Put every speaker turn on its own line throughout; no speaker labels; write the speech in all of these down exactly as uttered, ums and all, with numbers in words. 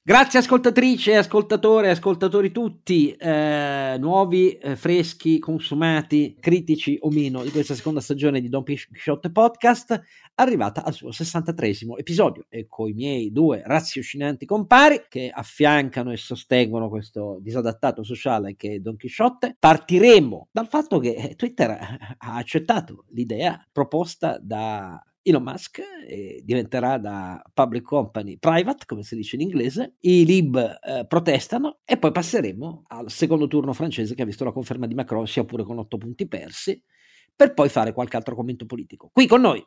Grazie ascoltatrici e ascoltatori, ascoltatori tutti, eh, nuovi, eh, freschi, consumati, critici o meno di questa seconda stagione di Don Chisciotte Podcast, arrivata al suo sessantatreesimo episodio, e con i miei due raziocinanti compari che affiancano e sostengono questo disadattato sociale che è Don Chisciotte, partiremo dal fatto che Twitter ha accettato l'idea proposta da Elon Musk e diventerà da public company private, come si dice in inglese. I lib eh, protestano e poi passeremo al secondo turno francese, che ha visto la conferma di Macron, sia pure con otto punti persi, per poi fare qualche altro commento politico. Qui con noi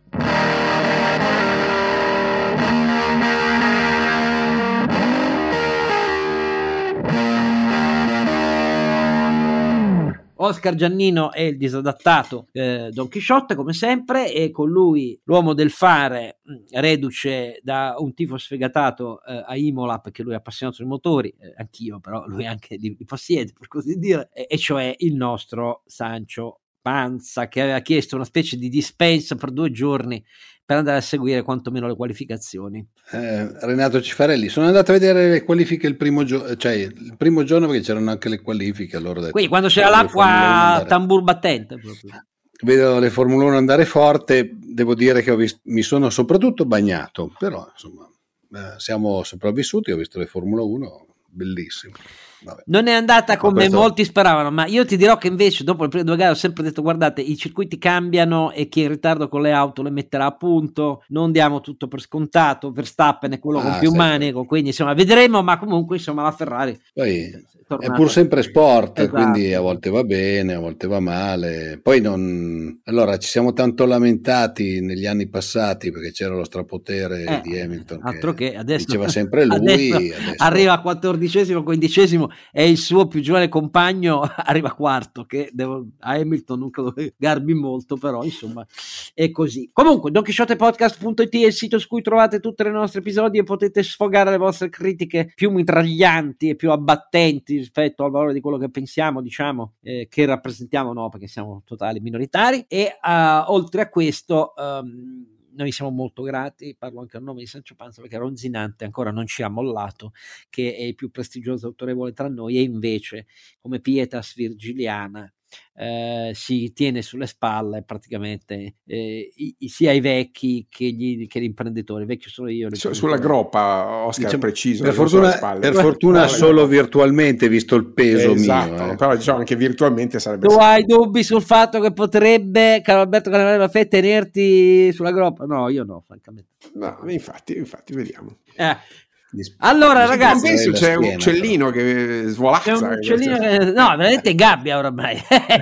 Oscar Giannino è il disadattato eh, Don Chisciotte, come sempre, e con lui l'uomo del fare, reduce da un tifo sfegatato eh, a Imola, perché lui è appassionato di motori, eh, anch'io, però lui anche li, li possiede, per così dire, e, e cioè il nostro Sancio Panza, che aveva chiesto una specie di dispensa per due giorni per andare a seguire quantomeno le qualificazioni.
Eh, Renato Cifarelli, sono andato a vedere le qualifiche il primo giorno, cioè il primo giorno, perché c'erano anche le qualifiche, allora ho detto,
quindi quando c'era l'acqua tambur battente proprio.
Vedo le Formula uno andare forte, devo dire che ho visto, mi sono soprattutto bagnato, però insomma eh, siamo sopravvissuti, ho visto le Formula uno, bellissimo. Vabbè.
Non è andata come
questo...
molti speravano, ma io ti dirò che invece dopo le prime due gare ho sempre detto: guardate, i circuiti cambiano e chi è in ritardo con le auto le metterà a punto, non diamo tutto per scontato. Verstappen è quello ah, con più sì, manico, sì. Quindi insomma vedremo, ma comunque insomma la Ferrari
poi è pur sempre sport, esatto. Quindi a volte va bene, a volte va male. Poi non, allora ci siamo tanto lamentati negli anni passati perché c'era lo strapotere eh, di Hamilton,
altro che, che adesso
diceva sempre lui,
adesso
adesso...
arriva a quattordicesimo, quindicesimo e il suo più giovane compagno arriva quarto, che devo, a Hamilton non credo che garbi molto, però insomma è così. Comunque Don Chisciotte Podcast punto it è il sito su cui trovate tutti i nostri episodi e potete sfogare le vostre critiche più mitraglianti e più abbattenti rispetto al valore di quello che pensiamo, diciamo, eh, che rappresentiamo, no, perché siamo totali minoritari. E uh, oltre a questo um, noi siamo molto grati, parlo anche a nome di Sancio Panza, perché Ronzinante ancora non ci ha mollato, che è il più prestigioso e autorevole tra noi, e invece come pietas virgiliana eh, si tiene sulle spalle praticamente eh, i, i, sia i vecchi che gli, che gli imprenditori. Vecchio sono io,
Su, sulla groppa, Oscar, diciamo, preciso,
per fortuna, per fortuna solo virtualmente, visto il peso
esatto,
mio eh.
Però diciamo anche virtualmente sarebbe
tu hai dubbi sul fatto che potrebbe Carlo Alberto Calamari tenerti sulla groppa? No, io no, francamente.
No, infatti, infatti vediamo.
Eh. Allora ragazzi,
penso c'è schiena, un uccellino però. Che svolazza,
c'è un uccellino che... no, veramente gabbia oramai.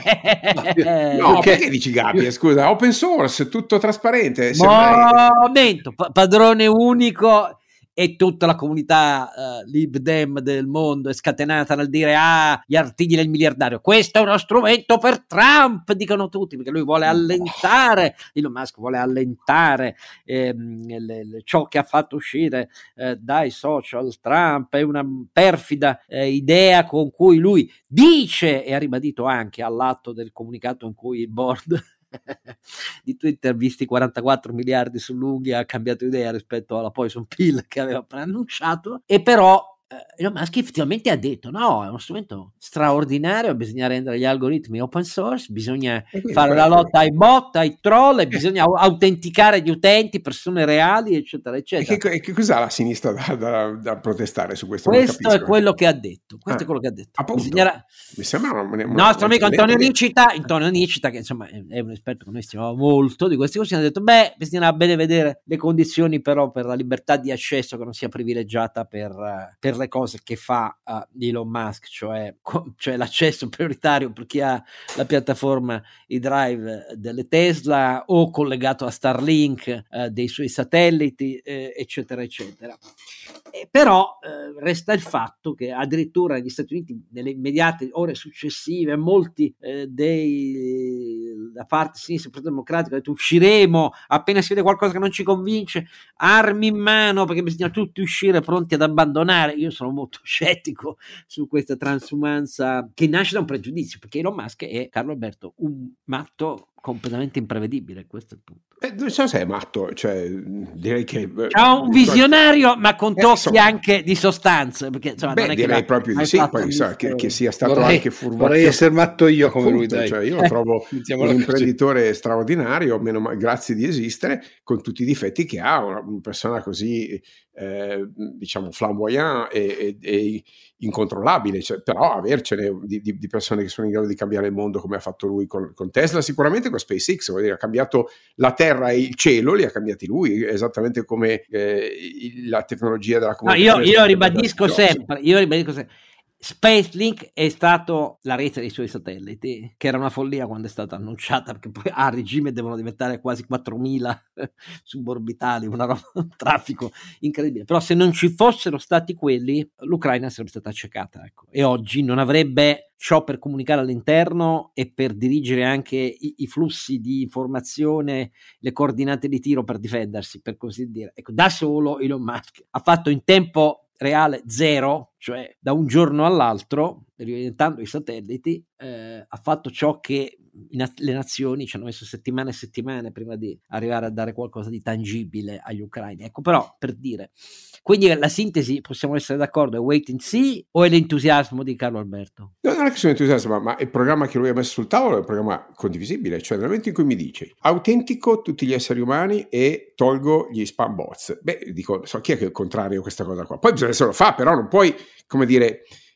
No, perché, perché dici gabbia? Scusa, open source, tutto trasparente.
Momento, pa- padrone unico, e tutta la comunità uh, libdem del mondo è scatenata nel dire: ah, gli artigli del miliardario, questo è uno strumento per Trump, dicono tutti, perché lui vuole allentare, Elon Musk vuole allentare ehm, le, le, ciò che ha fatto uscire eh, dai social Trump. È una perfida eh, idea con cui lui dice, e ha ribadito anche all'atto del comunicato in cui il board di Twitter, visti quarantaquattro miliardi sull'unghia, ha cambiato idea rispetto alla Poison Pill che aveva appena annunciato. E però eh, Elon Musk effettivamente ha detto: no, è uno strumento straordinario, bisogna rendere gli algoritmi open source, bisogna fare la lotta ai bot, ai troll, e bisogna autenticare gli utenti, persone reali, eccetera eccetera.
E che, che cos'ha la sinistra da, da, da protestare su questo?
Questo è quello che ha detto, questo ah, è quello che ha detto. Bisognerà...
mi sembra una, una,
il nostro amico Antonio Nicita, Antonio Nicita, che insomma è un esperto che noi stimiamo molto di questi cose, ha detto: beh, bisogna bene vedere le condizioni però per la libertà di accesso, che non sia privilegiata per, per le cose che fa uh, Elon Musk, cioè, co- cioè l'accesso prioritario per chi ha la piattaforma e-drive delle Tesla o collegato a Starlink uh, dei suoi satelliti, eh, eccetera eccetera. Eh, però eh, resta il fatto che addirittura negli Stati Uniti, nelle immediate ore successive, molti eh, dei da parte sinistra e democratica hanno detto: usciremo appena si vede qualcosa che non ci convince, armi in mano, perché bisogna tutti uscire pronti ad abbandonare. Io sono molto scettico su questa transumanza che nasce da un pregiudizio, perché Elon Musk è, Carlo Alberto, un matto completamente imprevedibile, questo è il punto.
Eh, non so se è matto, cioè direi che
c'è un visionario, ma con tocchi eh,
insomma,
anche di sostanza, perché insomma,
beh,
non è
direi
che
proprio di sì, poi sa, che, che sia stato
vorrei,
anche furbato.
Vorrei essere matto io come
appunto,
lui, dai.
Cioè, io lo trovo un imprenditore così straordinario, meno ma- grazie di esistere, con tutti i difetti che ha, una, una persona così eh, diciamo flamboyant e, e, e incontrollabile, cioè, però avercene di, di, di persone che sono in grado di cambiare il mondo come ha fatto lui con, con Tesla, sicuramente con SpaceX, vuol dire, ha cambiato la terra e il cielo, li ha cambiati lui, esattamente come eh, la tecnologia della comunicazione.
No, io, io ribadisco sempre, io ribadisco sempre, Spacelink è stato la rete dei suoi satelliti, che era una follia quando è stata annunciata, perché poi a regime devono diventare quasi quattromila suborbitali, una roba, un traffico incredibile. Però se non ci fossero stati quelli, l'Ucraina sarebbe stata accecata, ecco. E oggi non avrebbe ciò per comunicare all'interno e per dirigere anche i, i flussi di informazione, le coordinate di tiro per difendersi, per così dire. Ecco, da solo Elon Musk ha fatto in tempo reale zero, cioè da un giorno all'altro, riorientando i satelliti, eh, ha fatto ciò che in, le nazioni ci hanno messo settimane e settimane prima di arrivare a dare qualcosa di tangibile agli ucraini. Ecco, però, per dire, quindi la sintesi, possiamo essere d'accordo, è wait and see o è l'entusiasmo di Carlo Alberto?
No, non è che sono entusiasmo, ma il programma che lui ha messo sul tavolo è un programma condivisibile, cioè nel momento in cui mi dici autentico tutti gli esseri umani e tolgo gli spam bots, beh, dico, so chi è che è contrario a questa cosa qua, poi bisogna se lo fa, però non puoi, come dire,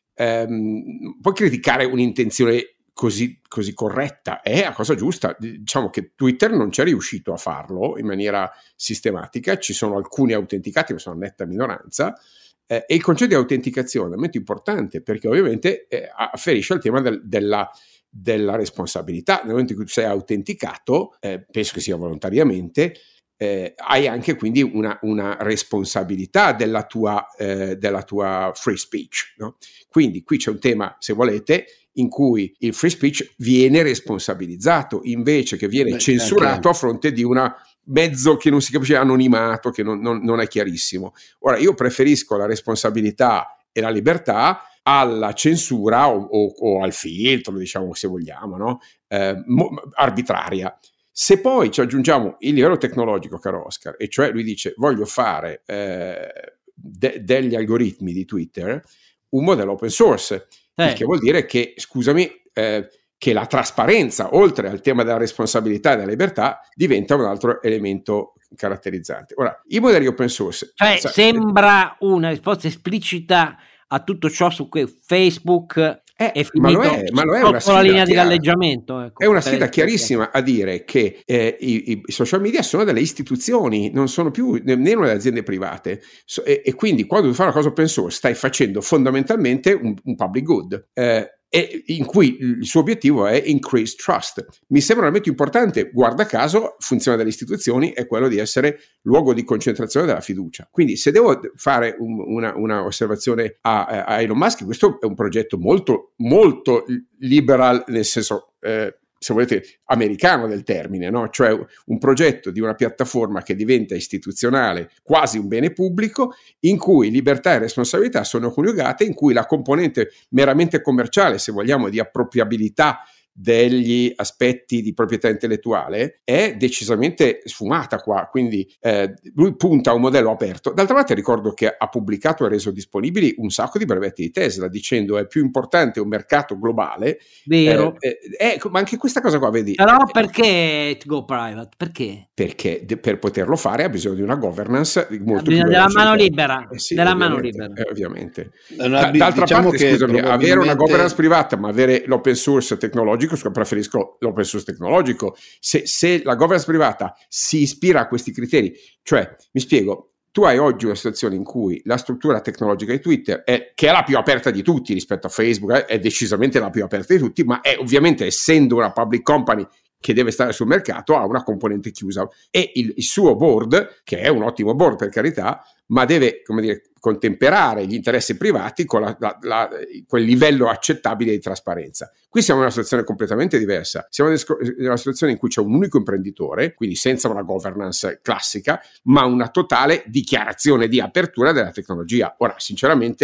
ehm, puoi criticare un'intenzione così, così corretta, è la cosa giusta. Diciamo che Twitter non c'è riuscito a farlo in maniera sistematica, ci sono alcuni autenticati ma sono una netta minoranza, eh, e il concetto di autenticazione è molto importante perché ovviamente eh, afferisce al tema del, della, della responsabilità. Nel momento in cui tu sei autenticato, eh, penso che sia volontariamente, Eh, hai anche quindi una, una responsabilità della tua, eh, della tua free speech, no? Quindi qui c'è un tema, se volete, in cui il free speech viene responsabilizzato invece che viene Beh, censurato anche a fronte di una mezzo che non si capisce, anonimato, che non, non, non è chiarissimo. Ora, io preferisco la responsabilità e la libertà alla censura o, o, o al filtro, diciamo, se vogliamo, no? eh, mo, arbitraria. Se poi ci aggiungiamo il livello tecnologico, caro Oscar, e cioè lui dice voglio fare eh, de- degli algoritmi di Twitter un modello open source, eh. il che vuol dire che, scusami, eh, che la trasparenza, oltre al tema della responsabilità e della libertà, diventa un altro elemento caratterizzante. Ora, i modelli open source...
Cioè,
sa-
sembra una risposta esplicita a tutto ciò su cui Facebook...
Eh,
è finito
ma lo è, ma lo è una
sotto la linea di
chiara.
galleggiamento. Ecco,
è una sfida chiarissima a dire che eh, i, i social media sono delle istituzioni, non sono più nemmeno delle aziende private, so, e, e quindi quando tu fai una cosa open source stai facendo fondamentalmente un, un public good. Eh, e in cui il suo obiettivo è increase trust. Mi sembra veramente importante, guarda caso, funzione delle istituzioni è quello di essere luogo di concentrazione della fiducia. Quindi se devo fare un, una, una osservazione a, a Elon Musk, questo è un progetto molto, molto liberal, nel senso... Eh, se volete, americano del termine, no? Cioè un progetto di una piattaforma che diventa istituzionale, quasi un bene pubblico, in cui libertà e responsabilità sono coniugate, in cui la componente meramente commerciale, se vogliamo, di appropriabilità degli aspetti di proprietà intellettuale è decisamente sfumata qua, quindi eh, lui punta a un modello aperto. D'altra parte ricordo che ha pubblicato e reso disponibili un sacco di brevetti di Tesla dicendo è più importante un mercato globale.
Vero.
Eh, eh, eh, ma anche questa cosa qua, vedi?
Però perché to go private? Perché?
Perché de- per poterlo fare ha bisogno di una governance molto più
della mano libera,
eh sì,
della mano libera.
Eh, ovviamente.
Una,
D'altra
diciamo
parte, scusami,
probabilmente...
avere una governance privata ma avere l'open source tecnologico, preferisco l'open source tecnologico. Se, se la governance privata si ispira a questi criteri, cioè, mi spiego, tu hai oggi una situazione in cui la struttura tecnologica di Twitter, è, che è la più aperta di tutti rispetto a Facebook, eh, è decisamente la più aperta di tutti, ma è ovviamente, essendo una public company che deve stare sul mercato, ha una componente chiusa e il, il suo board, che è un ottimo board per carità, ma deve, come dire, contemperare gli interessi privati con la, la, la, quel livello accettabile di trasparenza. Qui siamo in una situazione completamente diversa, siamo in una situazione in cui c'è un unico imprenditore, quindi senza una governance classica, ma una totale dichiarazione di apertura della tecnologia. Ora, sinceramente,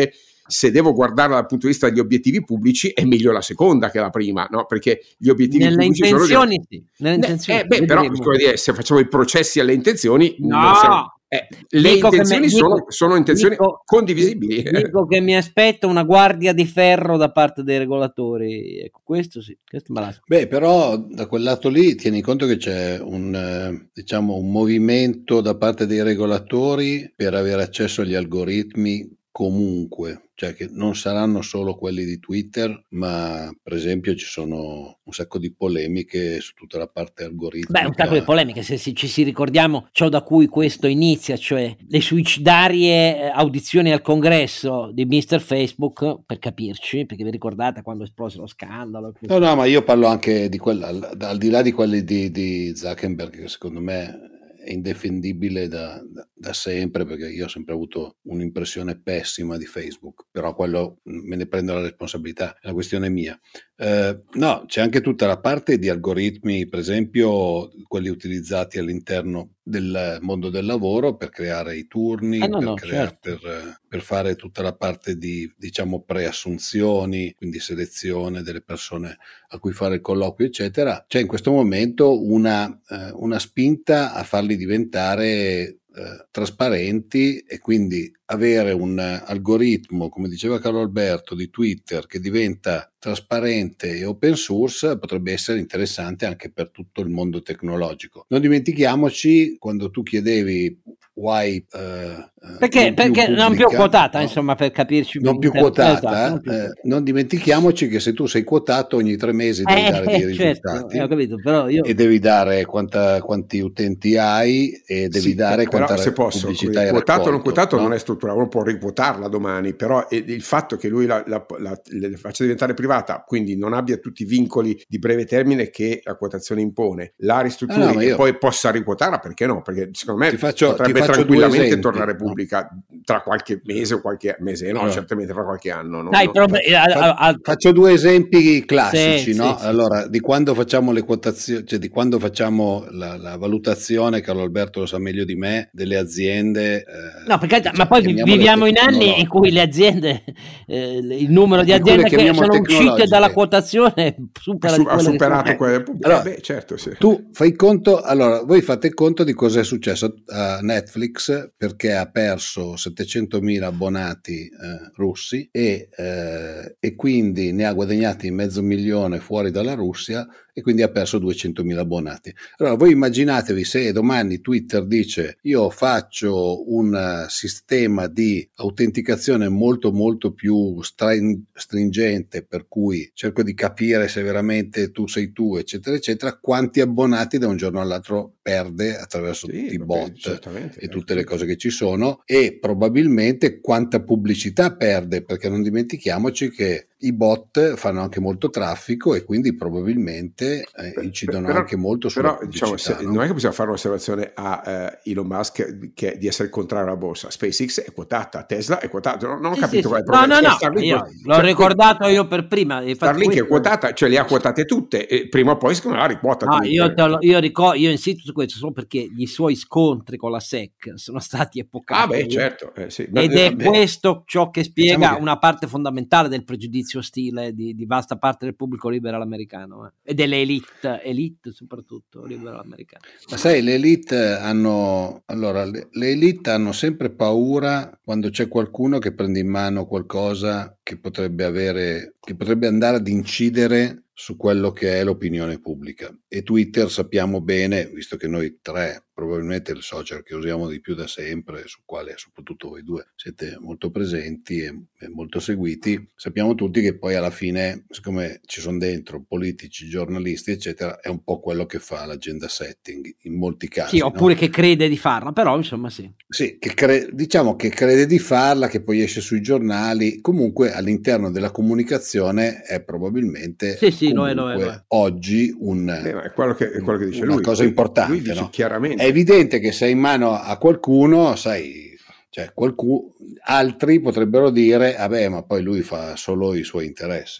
se devo guardarla dal punto di vista degli obiettivi pubblici è meglio la seconda che la prima, no? Perché gli obiettivi
nelle
pubblici
intenzioni
sono...
sì, nelle intenzioni
eh, beh, però dire, se facciamo i processi alle intenzioni
no,
siamo... eh, le
dico
intenzioni
me,
sono,
dico,
sono intenzioni
dico,
condivisibili.
Dico che mi aspetto una guardia di ferro da parte dei regolatori, ecco, questo sì, questo me l'aspetto.
Beh, però da quel lato lì tieni conto che c'è un, eh, diciamo, un movimento da parte dei regolatori per avere accesso agli algoritmi comunque, cioè che non saranno solo quelli di Twitter, ma per esempio ci sono un sacco di polemiche su tutta la parte algoritmica.
Beh, un sacco di polemiche, se ci si ricordiamo ciò da cui questo inizia, cioè le suicidarie audizioni al congresso di mister Facebook, per capirci, perché vi ricordate quando esplose lo scandalo?
No, no, ma io parlo anche di quella, al, al di là di quelli di, di Zuckerberg, che secondo me è indefendibile da, da, da sempre, perché io ho sempre avuto un'impressione pessima di Facebook, però quello me ne prendo la responsabilità, è una questione mia. Eh, no, c'è anche tutta la parte di algoritmi, per esempio quelli utilizzati all'interno del mondo del lavoro per creare i turni,
ah, no,
per,
no,
creare,
certo.
per, per fare tutta la parte di, diciamo, preassunzioni, quindi selezione delle persone a cui fare il colloquio, eccetera. C'è in questo momento una, eh, una spinta a farli diventare Eh, trasparenti, e quindi avere un uh, algoritmo, come diceva Carlo Alberto, di Twitter che diventa trasparente e open source potrebbe essere interessante anche per tutto il mondo tecnologico. Non dimentichiamoci, quando tu chiedevi why uh,
perché,
non,
perché
più
non più quotata,
no?
insomma, per capirci
non più
inter-
quotata,
esatto, non, più
eh,
quotata.
Non dimentichiamoci che se tu sei quotato ogni tre mesi devi
eh,
dare dei
eh,
risultati,
certo, eh, ho capito, però io...
e devi dare quanta, quanti utenti hai e devi
sì,
dare
però
quanta
se posso,
pubblicità hai
quotato
raccolto,
o non quotato
no?
non è strutturale, uno può riquotarla domani, però il fatto che lui la, la, la, la faccia diventare privata, quindi non abbia tutti i vincoli di breve termine che la quotazione impone, la ristrutturi ah, no, e io... poi possa riquotarla, perché no? Perché secondo me
ti faccio,
potrebbe
ti faccio
tranquillamente
esempi,
tornare pubblica, no? Tra qualche mese o qualche mese, no, allora, certamente tra qualche anno. No?
Dai,
no.
Prob-
Fa, fa, faccio due esempi classici,
sì,
no?
Sì,
allora,
sì.
di quando facciamo le quotazioni, cioè di quando facciamo la, la valutazione, Carlo Alberto lo sa meglio di me, delle aziende. Eh,
no, perché,
diciamo,
ma poi viviamo in anni in cui le aziende, eh, il numero di aziende che sono uscite dalla quotazione supera
su,
di
ha superato quelle
pubbliche. Allora,
eh beh, certo, sì.
Tu fai conto, allora, voi fate conto di cosa è successo a Netflix, perché ha perso settecentomila abbonati eh, russi e, eh, e quindi ne ha guadagnati mezzo milione fuori dalla Russia, e quindi ha perso duecentomila abbonati. Allora voi immaginatevi se domani Twitter dice io faccio un sistema di autenticazione molto molto più stringente, per cui cerco di capire se veramente tu sei tu, eccetera eccetera, quanti abbonati da un giorno all'altro perde attraverso sì, tutti i bot
certamente,
e tutte le cose che ci sono, e probabilmente quanta pubblicità perde, perché non dimentichiamoci che i bot fanno anche molto traffico e quindi probabilmente eh, incidono però, anche molto sulla
però, diciamo, se,
no?
non è che possiamo fare un'osservazione a uh, Elon Musk che, di essere contrario alla borsa. SpaceX è quotata, Tesla è quotata, non, non ho
sì,
capito
sì,
qual è il problema.
No, no,
cioè,
no, io
cioè,
l'ho ricordato io per prima.
Starlink questo... è quotata, cioè le ha quotate tutte e prima o poi secondo me la riquota.
No, io, te lo, io, ricordo, io insisto su questo solo perché gli suoi scontri con la S E C sono stati epocali.
Ah beh, certo. Eh, sì.
Ed è
beh,
questo ciò che spiega
diciamo che...
una parte fondamentale del pregiudizio ostile di, di vasta parte del pubblico liberal americano eh. e delle elite, elite soprattutto liberal americane.
Ma sai, le elite hanno allora le, le elite hanno sempre paura quando c'è qualcuno che prende in mano qualcosa che potrebbe avere, che potrebbe andare ad incidere su quello che è l'opinione pubblica. E Twitter sappiamo bene, visto che noi tre, probabilmente il social che usiamo di più da sempre, su quale soprattutto voi due siete molto presenti e, e molto seguiti, sappiamo tutti che poi alla fine, siccome ci sono dentro politici, giornalisti, eccetera, è un po' quello che fa l'agenda setting in molti casi.
Sì, oppure
no?
che crede di farla, però insomma sì.
Sì, che cre- diciamo che crede di farla, che poi esce sui giornali, comunque all'interno della comunicazione è probabilmente
sì, sì, lo è, lo è, lo è.
oggi un,
Beh, è quello che, è quello che dice
una
lui.
cosa
lui,
importante.
Lui dice
no?
chiaramente.
È evidente che se è in mano a qualcuno, sai, cioè qualcuno, altri potrebbero dire, vabbè, ma poi lui fa solo i suoi interessi, no?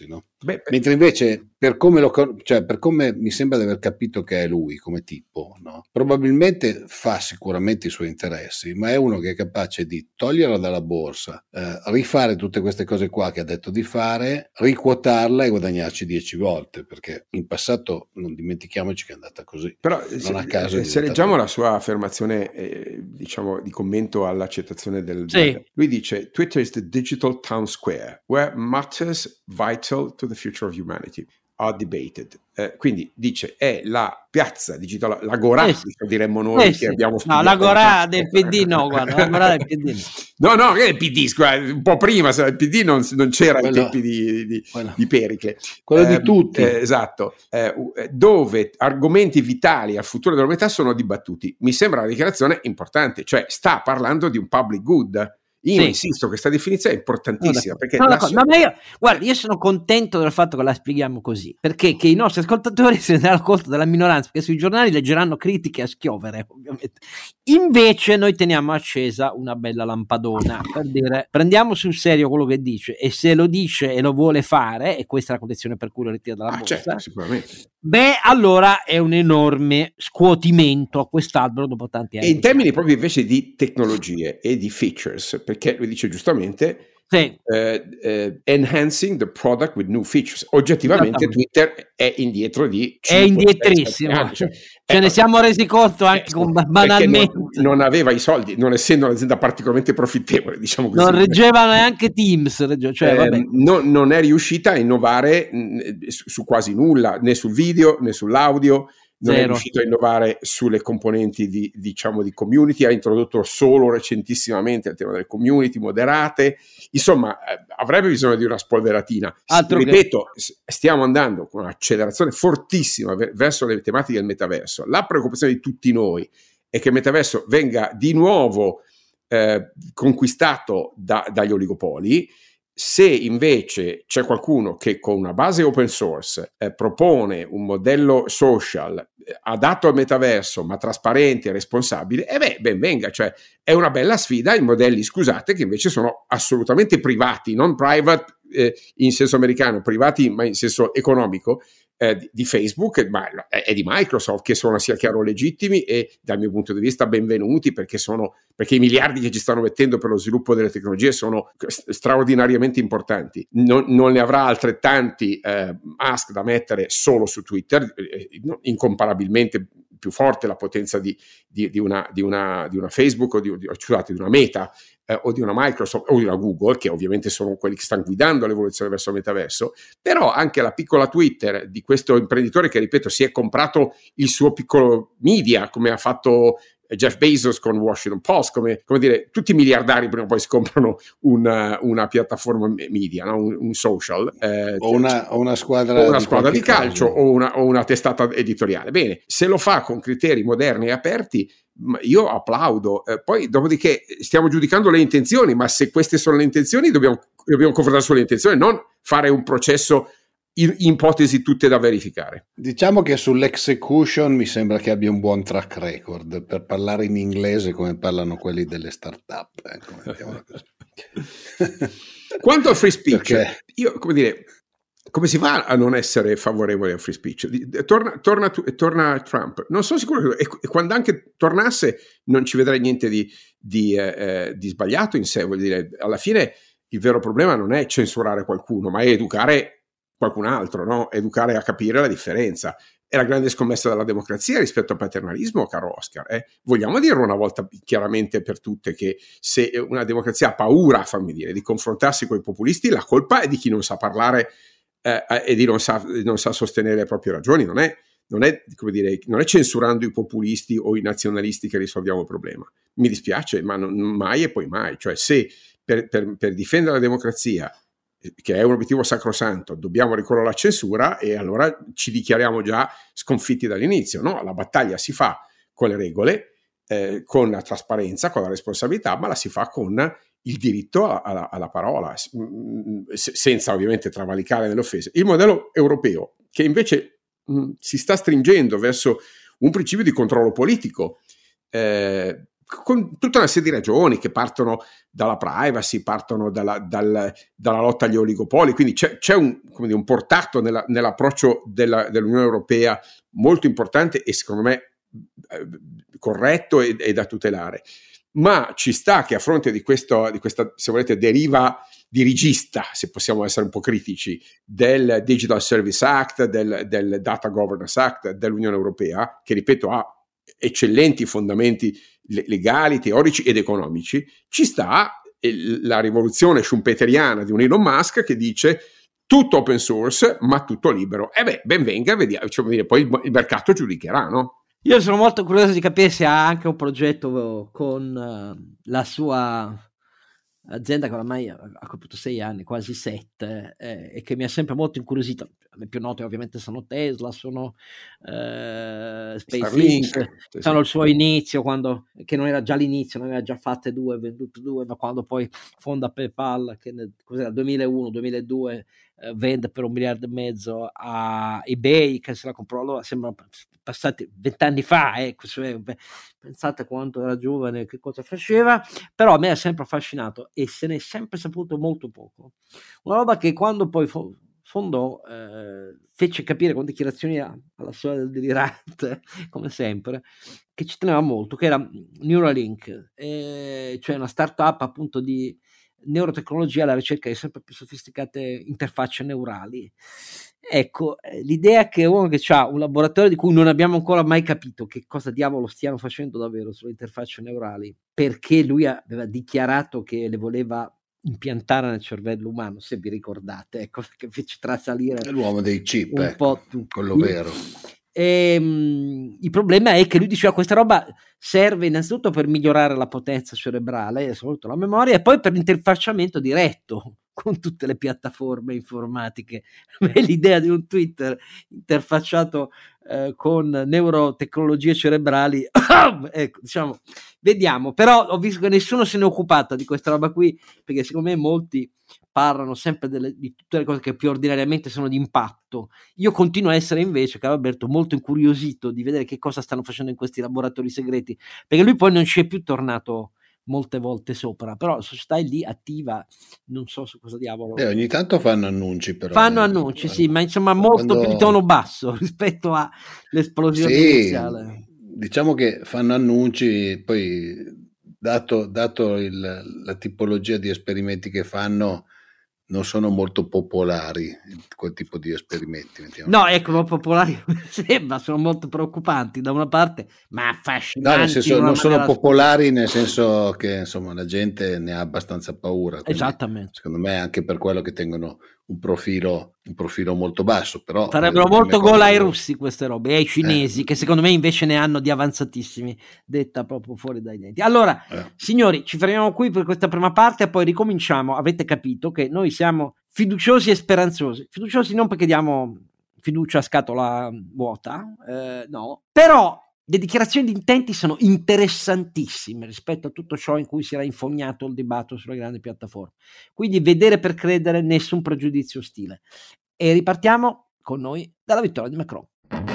Beh, mentre invece per come, lo, cioè per come mi sembra di aver capito che è lui come tipo, no? Probabilmente fa sicuramente i suoi interessi, ma è uno che è capace di toglierla dalla borsa, eh, rifare tutte queste cose qua che ha detto di fare, riquotarla e guadagnarci dieci volte, perché in passato non dimentichiamoci che è andata così.
Però
non
se,
a caso
se leggiamo la sua affermazione, eh, diciamo di commento all'accettazione del,
sì.
del lui dice: Twitter is the digital town square where matters vital to the future of humanity are debated. Eh, quindi dice è la piazza digitale, l'agorà,
eh sì.
diremmo noi
eh
che
sì.
abbiamo
no l'agorà del P D no guarda l'agorà del P D
no no che è il P D guarda, un po' prima il P D non, non c'era
quello,
ai tempi di, di, di Pericle,
quello
eh,
di tutti,
eh, esatto, eh, dove argomenti vitali al futuro dell'umanità sono dibattuti. Mi sembra una dichiarazione importante, cioè sta parlando di un public good. Io
sì.
insisto, questa definizione è importantissima.
No,
perché
no,
la
so-
so-
ma io, guarda, io sono contento del fatto che la spieghiamo così, perché che i nostri ascoltatori si renderanno conto della minoranza, perché sui giornali leggeranno critiche a schiovere, ovviamente. Invece noi teniamo accesa una bella lampadona per dire prendiamo sul serio quello che dice, e se lo dice e lo vuole fare, e questa è la condizione per cui lo ritira dalla
ah,
borsa,
certo, sicuramente.
beh, allora è un enorme scuotimento a quest'albero dopo tanti anni.
E in termini proprio invece di tecnologie e di features, perché lui dice giustamente
sì.
eh, eh, enhancing the product with new features. Oggettivamente Twitter è indietro di
è indietrissimo,
anni, cioè,
ce
eh,
ne siamo resi conto anche
eh,
con, banalmente
non, non aveva i soldi, non essendo un'azienda particolarmente profittevole, diciamo così.
Non reggeva neanche Teams, cioè,
eh,
vabbè.
non, non è riuscita a innovare mh, su, su quasi nulla, né sul video né sull'audio. Non Zero. È riuscito a innovare sulle componenti di, diciamo, di community, ha introdotto solo recentissimamente il tema delle community moderate, insomma eh, avrebbe bisogno di una spolveratina.
Altro
Ripeto,
che...
stiamo andando con un'accelerazione fortissima verso le tematiche del metaverso. La preoccupazione di tutti noi è che il metaverso venga di nuovo eh, conquistato da, dagli oligopoli. Se invece c'è qualcuno che con una base open source eh, propone un modello social eh, adatto al metaverso ma trasparente e responsabile, e eh beh, ben venga, cioè è una bella sfida in modelli, scusate, che invece sono assolutamente privati, non private eh, in senso americano, privati ma in senso economico, eh, di, di Facebook ma è, è di Microsoft, che sono, sia chiaro, legittimi e dal mio punto di vista benvenuti, perché sono perché i miliardi che ci stanno mettendo per lo sviluppo delle tecnologie sono straordinariamente importanti. Non, non ne avrà altrettanti eh, Musk da mettere solo su Twitter, eh, incomparabilmente più forte la potenza di, di, di, una, di, una, di una Facebook o di, di, scusate, di una Meta eh, o di una Microsoft o di una Google, che ovviamente sono quelli che stanno guidando l'evoluzione verso il metaverso, però anche la piccola Twitter di questo imprenditore che, ripeto, si è comprato il suo piccolo media, come ha fatto Jeff Bezos con Washington Post, come, come dire, tutti i miliardari prima o poi si comprano una, una piattaforma media, no? un, un social eh,
o, una, o una squadra,
o una
di,
squadra di calcio
caso.
o una, o una testata editoriale. Bene, se lo fa con criteri moderni e aperti, io applaudo. Eh, poi dopodiché stiamo giudicando le intenzioni, ma se queste sono le intenzioni dobbiamo, dobbiamo confrontare sulle intenzioni, non fare un processo ipotesi tutte da verificare.
Diciamo che sull'execution mi sembra che abbia un buon track record, per parlare in inglese come parlano quelli delle start-up, ecco, mettiamola così.
Quanto al free speech,
Perché...
io, come dire, come si fa a non essere favorevole al free speech? Torna, torna, torna Trump, non sono sicuro che, e quando anche tornasse non ci vedrei niente di, di, eh, di sbagliato in sé, vuol dire, alla fine il vero problema non è censurare qualcuno, ma è educare qualcun altro, no? Educare a capire la differenza. È la grande scommessa della democrazia rispetto al paternalismo, caro Oscar. Eh? Vogliamo dirlo una volta chiaramente per tutte che se una democrazia ha paura, fammi dire, di confrontarsi con i populisti, la colpa è di chi non sa parlare eh, e di non sa, non sa sostenere le proprie ragioni. Non è, non è, come dire, non è censurando i populisti o i nazionalisti che risolviamo il problema. Mi dispiace, ma non, mai e poi mai. Cioè, se per, per, per difendere la democrazia, che è un obiettivo sacrosanto, dobbiamo ricorrere alla censura, e allora ci dichiariamo già sconfitti dall'inizio. No, la battaglia si fa con le regole, eh, con la trasparenza, con la responsabilità, ma la si fa con il diritto alla, alla parola, senza ovviamente travalicare nelle offese. Il modello europeo, che invece mh, si sta stringendo verso un principio di controllo politico, eh, con tutta una serie di ragioni che partono dalla privacy, partono dalla, dal, dalla lotta agli oligopoli, quindi c'è, c'è un, come dire, un portato nella, nell'approccio della, dell'Unione Europea molto importante e secondo me eh, corretto e, e da tutelare. Ma ci sta che a fronte di, questo, di questa, se volete, deriva dirigista, se possiamo essere un po' critici, del Digital Service Act, del, del Data Governance Act dell'Unione Europea, che ripeto ha eccellenti fondamenti legali, teorici ed economici, ci sta la rivoluzione schumpeteriana di un Elon Musk che dice tutto open source ma tutto libero. E beh, ben venga, vediamo, cioè, poi il mercato giudicherà, no?
Io sono molto curioso di capire se ha anche un progetto con uh, la sua azienda che ormai ha compiuto sei anni, quasi sette, eh, e che mi ha sempre molto incuriosito. Le più note ovviamente sono Tesla, sono eh, SpaceX, sì, sono sì. Il suo inizio, quando, che non era già l'inizio, ne aveva già fatte due, vendute due, ma quando poi fonda PayPal, che nel cos'era, duemilauno duemiladue eh, vende per un miliardo e mezzo a eBay, che se la comprò, allora sembra passati vent'anni fa, ecco, cioè, pensate quanto era giovane, che cosa faceva, però a me ha sempre affascinato e se ne è sempre saputo molto poco. Una roba che quando poi fo- fondò eh, fece capire con dichiarazioni alla storia del delirante, come sempre, che ci teneva molto, che era Neuralink, eh, cioè una startup appunto di neurotecnologia alla ricerca di sempre più sofisticate interfacce neurali. Ecco, l'idea che uno che ha un laboratorio di cui non abbiamo ancora mai capito che cosa diavolo stiano facendo davvero sulle interfacce neurali, perché lui aveva dichiarato che le voleva impiantare nel cervello umano, se vi ricordate, ecco, che fece trasalire
è l'uomo dei chip,
un
ecco,
po' tutti.
Quello vero.
E, um, il problema è che lui diceva questa roba serve innanzitutto per migliorare la potenza cerebrale e soprattutto la memoria, e poi per l'interfacciamento diretto con tutte le piattaforme informatiche. L'idea di un Twitter interfacciato eh, con neurotecnologie cerebrali, ecco, diciamo, vediamo. Però ho visto che nessuno se ne è occupato di questa roba qui, perché secondo me molti parlano sempre delle, di tutte le cose che più ordinariamente sono di impatto. Io continuo a essere invece, caro Alberto, molto incuriosito di vedere che cosa stanno facendo in questi laboratori segreti, perché lui poi non ci è più tornato molte volte sopra, però la società è lì attiva, non so su cosa diavolo.
Eh, ogni tanto fanno annunci, però.
Fanno annunci, sì, ma insomma molto Quando... più di tono basso rispetto all'esplosione
sì,
iniziale.
Diciamo che fanno annunci, poi dato, dato il, la tipologia di esperimenti che fanno, non sono molto popolari quel tipo di esperimenti.
No, ecco, non popolari sembra, sono molto preoccupanti da una parte, ma affascinanti.
No, nel senso, non sono popolari nel senso che insomma la gente ne ha abbastanza paura.
Esattamente.
Secondo me anche per quello che tengono un profilo, un profilo molto basso. Però
farebbero molto gol ai russi queste robe, e ai cinesi, eh. che secondo me invece ne hanno di avanzatissimi, detta proprio fuori dai denti. Allora, eh. signori, ci fermiamo qui per questa prima parte e poi ricominciamo. Avete capito che noi siamo fiduciosi e speranzosi. Fiduciosi non perché diamo fiducia a scatola vuota, eh, no, però le dichiarazioni di intenti sono interessantissime rispetto a tutto ciò in cui si era infognato il dibattito sulle grandi piattaforme. Quindi vedere per credere, nessun pregiudizio ostile. E ripartiamo con noi dalla vittoria di Macron.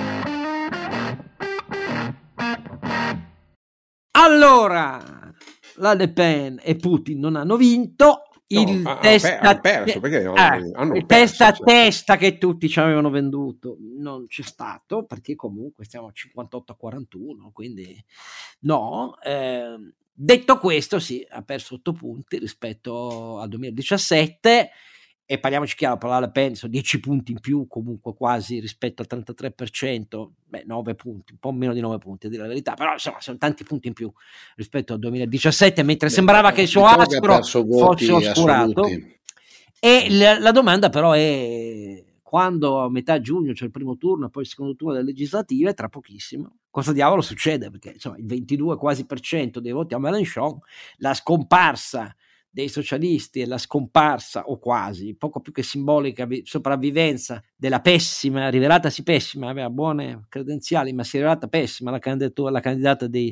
Allora, la Le Pen e Putin non hanno vinto. Il no, testa
hanno perso, perché hanno,
eh,
hanno
il
perso,
testa a
cioè.
testa che tutti ci avevano venduto non c'è stato, perché comunque stiamo a cinquantotto a quarantuno, quindi no. Eh, detto questo, sì, ha perso otto punti rispetto al duemiladiciassette, e parliamoci chiaro, per la Le Pen sono dieci punti in più comunque quasi rispetto al trentatré per cento, beh nove punti, un po' meno di nove punti a dire la verità, però insomma sono tanti punti in più rispetto al duemiladiciassette, mentre beh, sembrava che il suo
diciamo
aspro fosse oscurato. Assoluti. E la, la domanda però è: quando a metà giugno c'è il primo turno e poi il secondo turno delle legislative, tra pochissimo, cosa diavolo succede? Perché insomma il ventidue quasi per cento dei voti a Mélenchon, la scomparsa dei socialisti e la scomparsa, o quasi, poco più che simbolica sopravvivenza della pessima, rivelatasi pessima, aveva buone credenziali, ma si è rivelata pessima la candidatura, la candidata dei,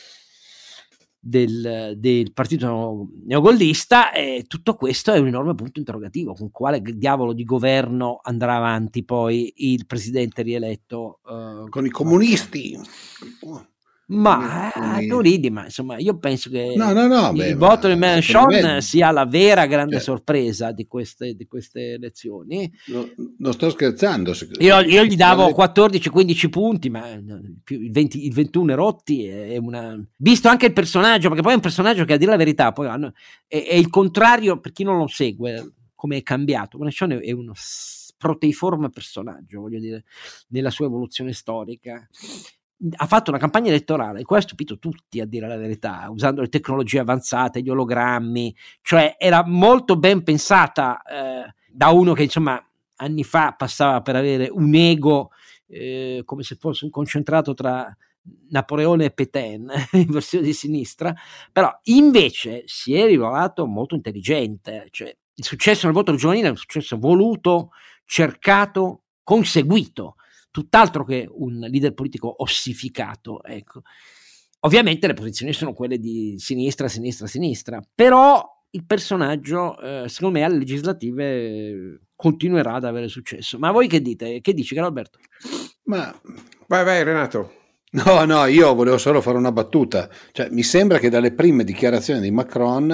del, del partito neogollista, e tutto questo è un enorme punto interrogativo: con quale diavolo di governo andrà avanti poi il presidente rieletto? Uh,
con i comunisti.
Ma quindi... tu ridi, ma insomma io penso che
no, no, no,
il
beh,
voto di Mélenchon
me...
sia la vera grande
cioè...
sorpresa di queste, di queste elezioni.
No, non sto scherzando.
Io, io gli davo quattordici quindici punti, ma il, venti, il ventuno Rotti è una... Visto anche il personaggio, perché poi è un personaggio che a dire la verità poi hanno... è, è il contrario, per chi non lo segue, come è cambiato. Mélenchon è uno proteiforme personaggio, voglio dire, nella sua evoluzione storica. Ha fatto una campagna elettorale, e qua ha stupito tutti, a dire la verità, usando le tecnologie avanzate, gli ologrammi, cioè era molto ben pensata eh, da uno che insomma anni fa passava per avere un ego eh, come se fosse un concentrato tra Napoleone e Pétain in versione di sinistra, però invece si è rivelato molto intelligente, cioè il successo nel voto giovanile è un successo voluto, cercato, conseguito, tutt'altro che un leader politico ossificato, ecco. Ovviamente le posizioni sono quelle di sinistra, sinistra, sinistra, però il personaggio, eh, secondo me, alle legislative eh, continuerà ad avere successo. Ma voi che dite? Che dici, caro Alberto?
Ma
vai, vai, Renato.
No, no, io volevo solo fare una battuta. Cioè, mi sembra che dalle prime dichiarazioni di Macron,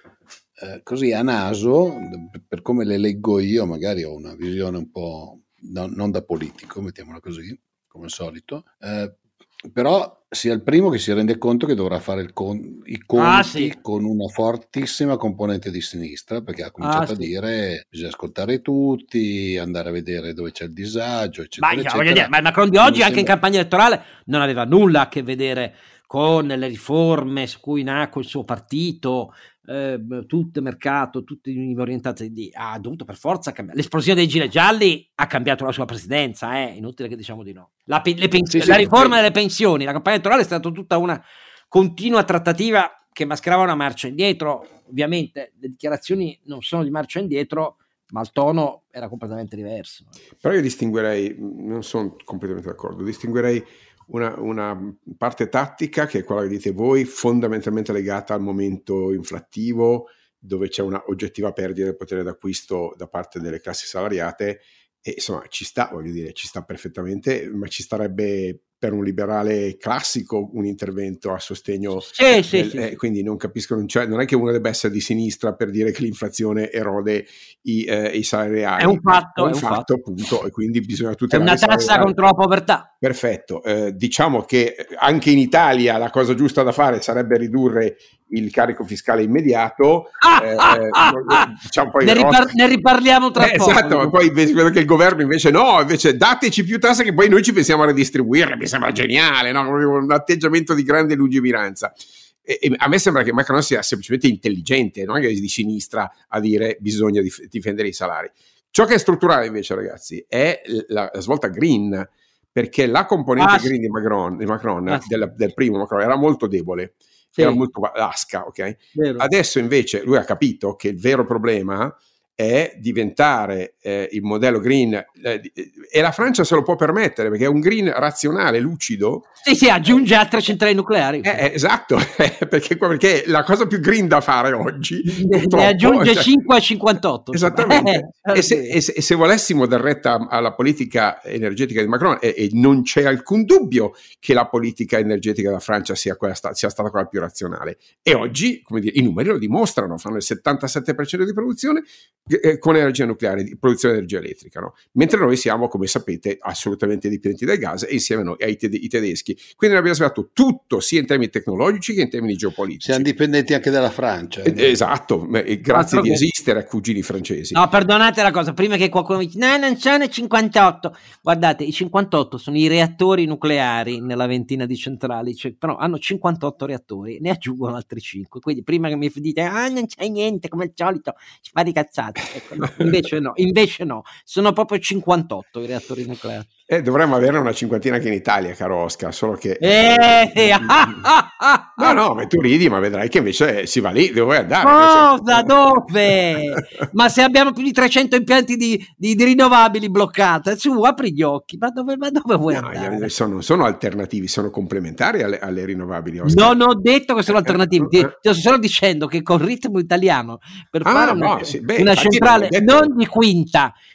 eh, così a naso, per come le leggo io, magari ho una visione un po'... No, non da politico, mettiamola così, come al solito, eh, però sia il primo che si rende conto che dovrà fare il con, i conti ah, sì. con una fortissima componente di sinistra, perché ha cominciato ah, a sì. dire bisogna ascoltare tutti, andare a vedere dove c'è il disagio, eccetera,
ma,
eccetera.
Dire, ma il Macron di oggi, anche sembra... in campagna elettorale, non aveva nulla a che vedere con le riforme su cui nacque il suo partito, eh, tutto mercato, tutti orientati di, ha dovuto per forza cambiare. L'esplosione dei gilet gialli ha cambiato la sua presidenza, è eh? inutile che diciamo di no. La, le pens- sì, sì, la riforma sì. delle pensioni, la campagna elettorale è stata tutta una continua trattativa che mascherava una marcia indietro. Ovviamente le dichiarazioni non sono di marcia indietro, ma il tono era completamente diverso.
Però io distinguerei, non sono completamente d'accordo, distinguerei Una, una parte tattica, che è quella che dite voi, fondamentalmente legata al momento inflattivo, dove c'è una oggettiva perdita del potere d'acquisto da parte delle classi salariate, e insomma ci sta, voglio dire, ci sta perfettamente, ma ci starebbe per un liberale classico un intervento a sostegno
sì, sì,
del,
sì.
Eh, quindi non capisco, non, cioè, non è che uno debba essere di sinistra per dire che l'inflazione erode i, eh, i salari reali,
è un fatto,
è un,
è un
fatto,
fatto
appunto, e quindi bisogna tutelare.
È una tassa contro la povertà.
Perfetto, eh, diciamo che anche in Italia la cosa giusta da fare sarebbe ridurre il carico fiscale immediato.
Ah,
eh,
ah,
eh,
ah,
diciamo poi
ne, ripar- ne riparliamo tra
eh,
poco.
Esatto, ma poi vedo che il governo invece no, invece dateci più tasse che poi noi ci pensiamo a redistribuirle, mi sembra geniale, no? Un atteggiamento di grande lungimiranza. E, e a me sembra che Macron sia semplicemente intelligente, non è che di sinistra a dire bisogna dif- difendere i salari. Ciò che è strutturale invece, ragazzi, è la, la svolta green, perché la componente ah, green sì. di Macron, di Macron ah, del, del primo Macron era molto debole, sì. era molto lasca, ok? Vero. Adesso invece lui ha capito che il vero problema è diventare eh, il modello green, eh, e la Francia se lo può permettere perché è un green razionale, lucido.
Sì, sì, aggiunge altre centrali nucleari.
Eh, eh, esatto, perché, perché la cosa più green da fare oggi
ne aggiunge cioè, cinque a cinquantotto.
Esattamente. Eh, e, se, e, se, e se volessimo dar retta alla politica energetica di Macron, e, e non c'è alcun dubbio che la politica energetica della Francia sia, quella sta, sia stata quella più razionale. E oggi, come dire, i numeri lo dimostrano, fanno il settantasette per cento di produzione con energia nucleare, di produzione di energia elettrica, no? Mentre noi siamo, come sapete, assolutamente dipendenti dal gas, e insieme a noi ai tede- i tedeschi. Quindi abbiamo sbagliato tutto, sia in termini tecnologici che in termini geopolitici.
Siamo dipendenti anche dalla Francia.
Eh, esatto, e grazie di che... esistere a cugini francesi.
No, perdonate la cosa, prima che qualcuno mi dice no, non sono cinquantotto. Guardate, i cinquantotto sono i reattori nucleari nella ventina di centrali, cioè, però hanno cinquantotto reattori, ne aggiungono altri cinque. Quindi prima che mi dite ah, non c'è niente, come al solito, ci fa di cazzate. Ecco, no, invece no, invece no, sono proprio cinquantotto i reattori nucleari.
Eh, dovremmo avere una cinquantina anche in Italia, caro Oscar, solo che...
Eh, eh, ah, ah, ah,
no, no, ma tu ridi, ma vedrai che invece si va lì, dove vuoi andare?
Cosa? Dove? Ma se abbiamo più di trecento impianti di, di, di rinnovabili bloccate, su, apri gli occhi, ma dove, ma dove vuoi
no,
andare?
Sono, sono alternativi, sono complementari alle, alle rinnovabili, Oscar.
Non ho detto che sono alternativi, ti, ti sto solo dicendo che col ritmo italiano, per
ah,
fare una,
no, sì, beh,
una centrale non di quinta,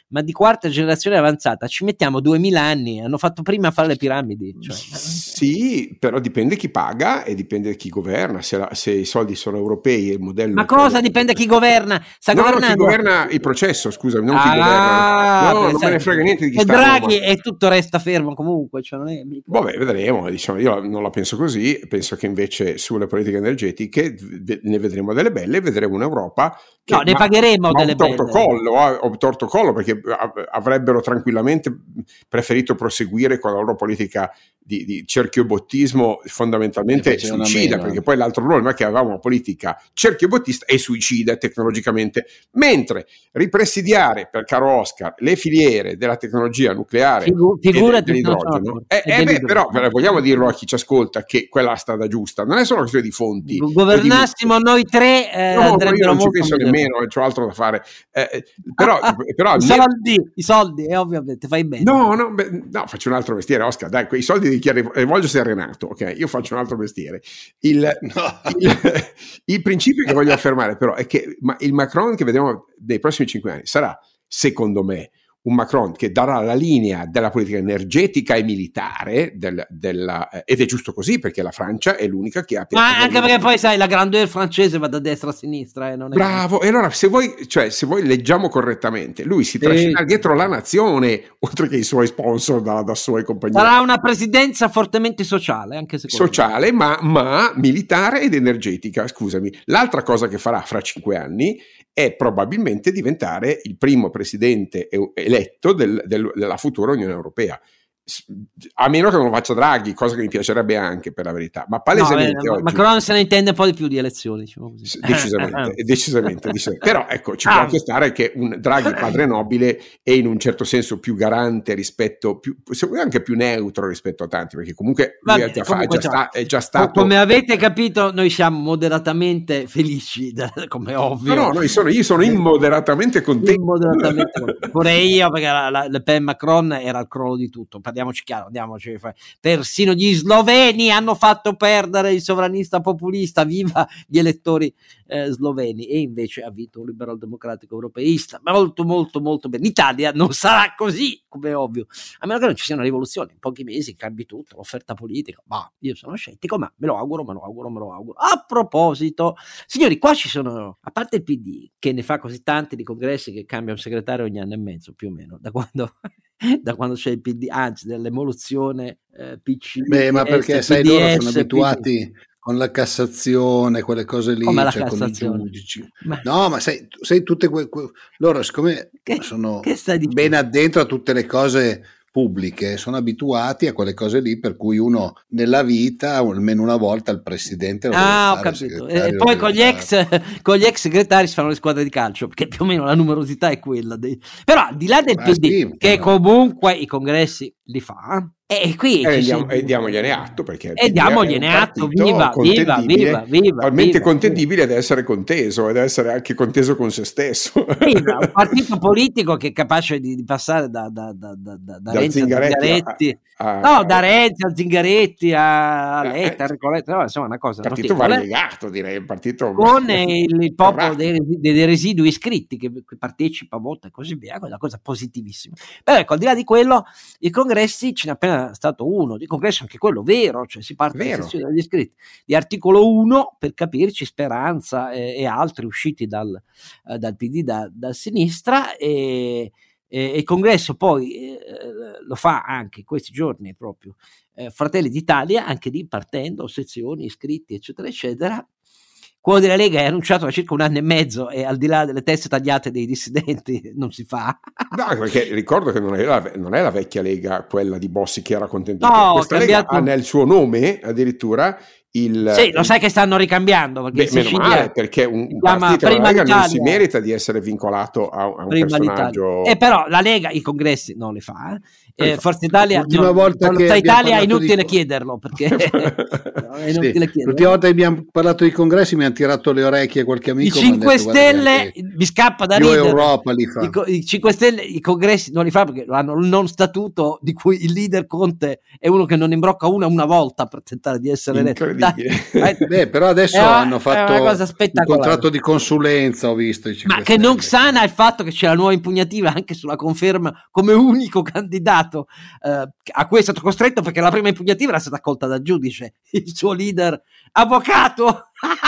ma di quarta generazione avanzata ci mettiamo duemila anni, hanno fatto prima a fare le piramidi. Cioè.
Sì, però dipende chi paga e dipende chi governa, se, la, se i soldi sono europei e il modello...
Ma cosa è... dipende chi governa? Sta
no,
governando...
chi governa il processo, scusami, non chi
ah,
governa. No, non
sai,
me ne frega niente di chi
e
sta
Draghi e tutto resta fermo comunque. Cioè non è...
Vabbè, vedremo, diciamo, io non la penso così, penso che invece sulle politiche energetiche ne vedremo delle belle, vedremo un'Europa che...
No, ne pagheremo
ma
delle belle.
Torto collo, ho torto collo perché avrebbero tranquillamente preferito proseguire con la loro politica di, di cerchiobottismo fondamentalmente suicida, meno. Perché poi l'altro problema è che avevamo una politica cerchiobottista e suicida tecnologicamente, mentre ripresidiare, per caro Oscar, le filiere della tecnologia nucleare
Figu-
e dell'idrogeno, eh, eh, beh, però vogliamo dirlo a chi ci ascolta che quella è la strada giusta, non è solo questione di fonti.
Governassimo di... noi tre, eh,
no, io non ci penso nemmeno, c'ho altro da fare. Eh, però,
ah, ah,
però
i soldi, i soldi, eh, ovviamente fai bene.
No, no, beh, no, faccio un altro mestiere, Oscar. Dai, quei soldi di chi rivolgersi a Renato, ok? Io faccio un altro mestiere. Il, no. il, il principio che voglio affermare, però, è che ma il Macron che vedremo nei prossimi cinque anni sarà, secondo me, un Macron che darà la linea della politica energetica e militare del, della, eh, ed è giusto così perché la Francia è l'unica che ha
ma anche perché poi sai la grandeur francese va da destra a sinistra eh, non è
bravo che... e allora se voi cioè se voi leggiamo correttamente lui si trascina sì. dietro la nazione oltre che i suoi sponsor da, da suoi compagni
sarà una presidenza fortemente sociale anche
sociale ma, ma militare ed energetica scusami l'altra cosa che farà fra cinque anni è probabilmente diventare il primo presidente eletto del, del, della futura Unione Europea. A meno che non lo faccia Draghi, cosa che mi piacerebbe anche per la verità, ma palesemente no,
oggi... Macron se ne intende un po' di più di elezioni, diciamo così.
Decisamente, decisamente, decisamente. Però ecco, ci ah. può anche stare che un Draghi padre nobile è in un certo senso più garante rispetto, più, anche più neutro rispetto a tanti, perché comunque lui è già, fa, già, sta, è già stato...
Come avete capito, noi siamo moderatamente felici, come ovvio.
No, no, noi sono, io sono immoderatamente contento.
Immoderatamente contento. Pure io, perché la, la, Le Pen Macron era il crollo di tutto. Parliamoci chiaro, andiamoci. Persino gli sloveni hanno fatto perdere il sovranista populista, viva gli elettori eh, sloveni, e invece ha vinto un liberal democratico europeista molto molto molto bene. In Italia non sarà così, come è ovvio, a meno che non ci sia una rivoluzione, in pochi mesi cambi tutto, l'offerta politica, ma io sono scettico, ma me lo auguro, me lo auguro, me lo auguro. A proposito, signori, qua ci sono, a parte il P D che ne fa così tanti di congressi che cambia un segretario ogni anno e mezzo più o meno, da quando da quando c'è il P D, anzi dell'evoluzione eh, P C.
Beh, ma perché sai, loro sono abituati P D. Con la Cassazione, quelle cose lì, cioè con i giudici. Ma... No, ma sai, sai tutte que, que, loro siccome che, sono che ben addentro a tutte le cose pubbliche, sono abituati a quelle cose lì, per cui uno nella vita almeno una volta il presidente lo
ah ho capito e poi con gli, ex, con gli ex segretari si fanno le squadre di calcio, perché più o meno la numerosità è quella dei... però al di là del ah, P D sì, che però... comunque i congressi li fa e qui
e diamo, e diamogliene atto perché
e diamogliene atto viva viva viva viva
talmente
viva,
contendibile viva. Ad essere conteso ed essere anche conteso con se stesso
viva, un partito politico che è capace di, di passare da, da, da, da, da, da Renzi a Zingaretti a, a, no da Renzi a Zingaretti a Letta eh, a no, insomma una cosa
partito variegato direi un partito
con il, il popolo dei, dei residui iscritti che, che partecipa, vota e così via, è una cosa positivissima. Però ecco, al di là di quello i congressi ce n'è appena stato uno di congresso, anche quello vero, cioè si parte dagli iscritti di articolo uno, per capirci, Speranza e, e altri usciti dal, eh, dal P D, da, da sinistra, e, e, e il congresso poi eh, lo fa anche in questi giorni proprio eh, Fratelli d'Italia, anche lì partendo, sezioni, iscritti eccetera eccetera. Quello della Lega è annunciato da circa un anno e mezzo e al di là delle teste tagliate dei dissidenti non si fa.
No, perché ricordo che non è la, non è la vecchia Lega, quella di Bossi che era contento.
No,
questa
cambiato...
Lega ha nel suo nome addirittura il...
Sì, lo sai che stanno ricambiando. Perché
beh, meno male, perché un, un partito della Lega non si merita di essere vincolato a, a un prima personaggio...
E eh, però la Lega i congressi non li fa, eh. Eh, Forza Italia,
l'ultima
no,
volta che
Italia è inutile
di...
chiederlo perché no, è inutile
sì.
chiederlo.
L'ultima volta che abbiamo parlato di congressi mi hanno tirato le orecchie qualche amico.
I cinque detto, Stelle mi scappa da ridere.
Europa li fa.
I, I cinque Stelle i congressi non li fa perché hanno il non statuto di cui il leader Conte è uno che non imbrocca una una volta per tentare di essere eletto.
Beh, però adesso è, hanno fatto un contratto di consulenza, ho visto.
Ma che non sana il fatto che c'è la nuova impugnativa anche sulla conferma come unico candidato eh, a cui è stato costretto, perché la prima impugnativa era stata accolta dal giudice, il suo leader avvocato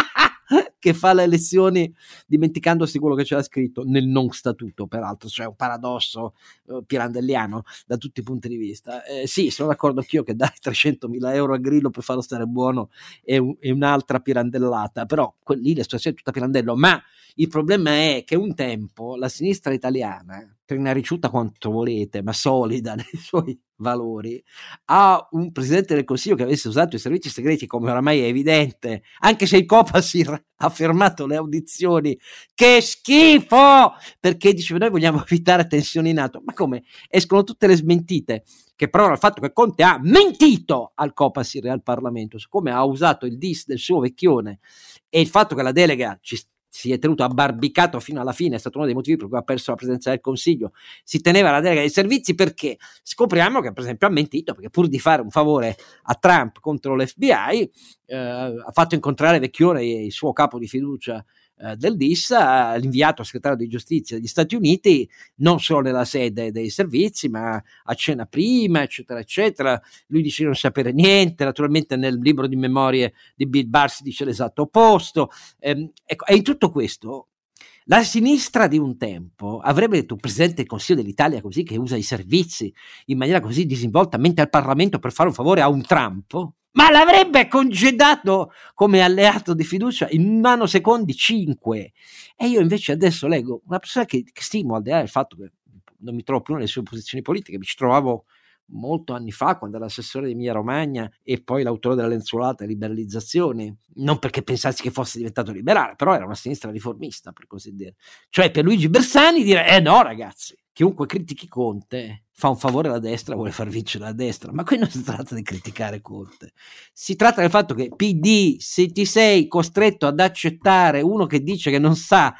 che fa le elezioni dimenticandosi quello che c'era scritto nel non statuto, peraltro, cioè un paradosso eh, pirandelliano da tutti i punti di vista. Eh, sì, sono d'accordo anch'io che dare trecentomila euro a Grillo per farlo stare buono è, un, è un'altra pirandellata, però lì la situazione è tutta pirandello, ma il problema è che un tempo la sinistra italiana, trinariciuta quanto volete, ma solida nei suoi valori, ha un presidente del Consiglio che avesse usato i servizi segreti, come oramai è evidente, anche se il Copasir ha fermato le audizioni. Che schifo! Perché diceva noi vogliamo evitare tensioni in atto. Ma come? Escono tutte le smentite che provano il fatto che Conte ha mentito al Copasir e al Parlamento, siccome ha usato il D I S del suo vecchione e il fatto che la delega ci si è tenuto abbarbicato fino alla fine, è stato uno dei motivi per cui ha perso la presidenza del Consiglio. Si teneva la delega dei servizi perché scopriamo che per esempio ha mentito, perché pur di fare un favore a Trump contro l'F B I eh, ha fatto incontrare Vecchione, il suo capo di fiducia eh, del D I S, eh, l'inviato segretario di giustizia degli Stati Uniti, non solo nella sede dei servizi ma a cena prima, eccetera eccetera. Lui dice di non sapere niente, naturalmente nel libro di memorie di Bill Barr si dice l'esatto opposto. Ehm, ecco, e in tutto questo la sinistra di un tempo avrebbe detto un presidente del Consiglio dell'Italia così, che usa i servizi in maniera così disinvolta, mentre al Parlamento per fare un favore a un Trump, ma l'avrebbe congedato come alleato di fiducia in nanosecondi cinque. E io invece adesso leggo una persona che, che stimo, al di là del fatto che non mi trovo più nelle sue posizioni politiche, mi ci trovavo molto anni fa quando era assessore di Emilia Romagna e poi l'autore della lenzuolata e liberalizzazioni, non perché pensassi che fosse diventato liberale, però era una sinistra riformista, per così dire. Cioè per Luigi Bersani dire eh no ragazzi, chiunque critichi Conte fa un favore alla destra, vuole far vincere la destra. Ma qui non si tratta di criticare Conte, si tratta del fatto che P D, se ti sei costretto ad accettare uno che dice che non sa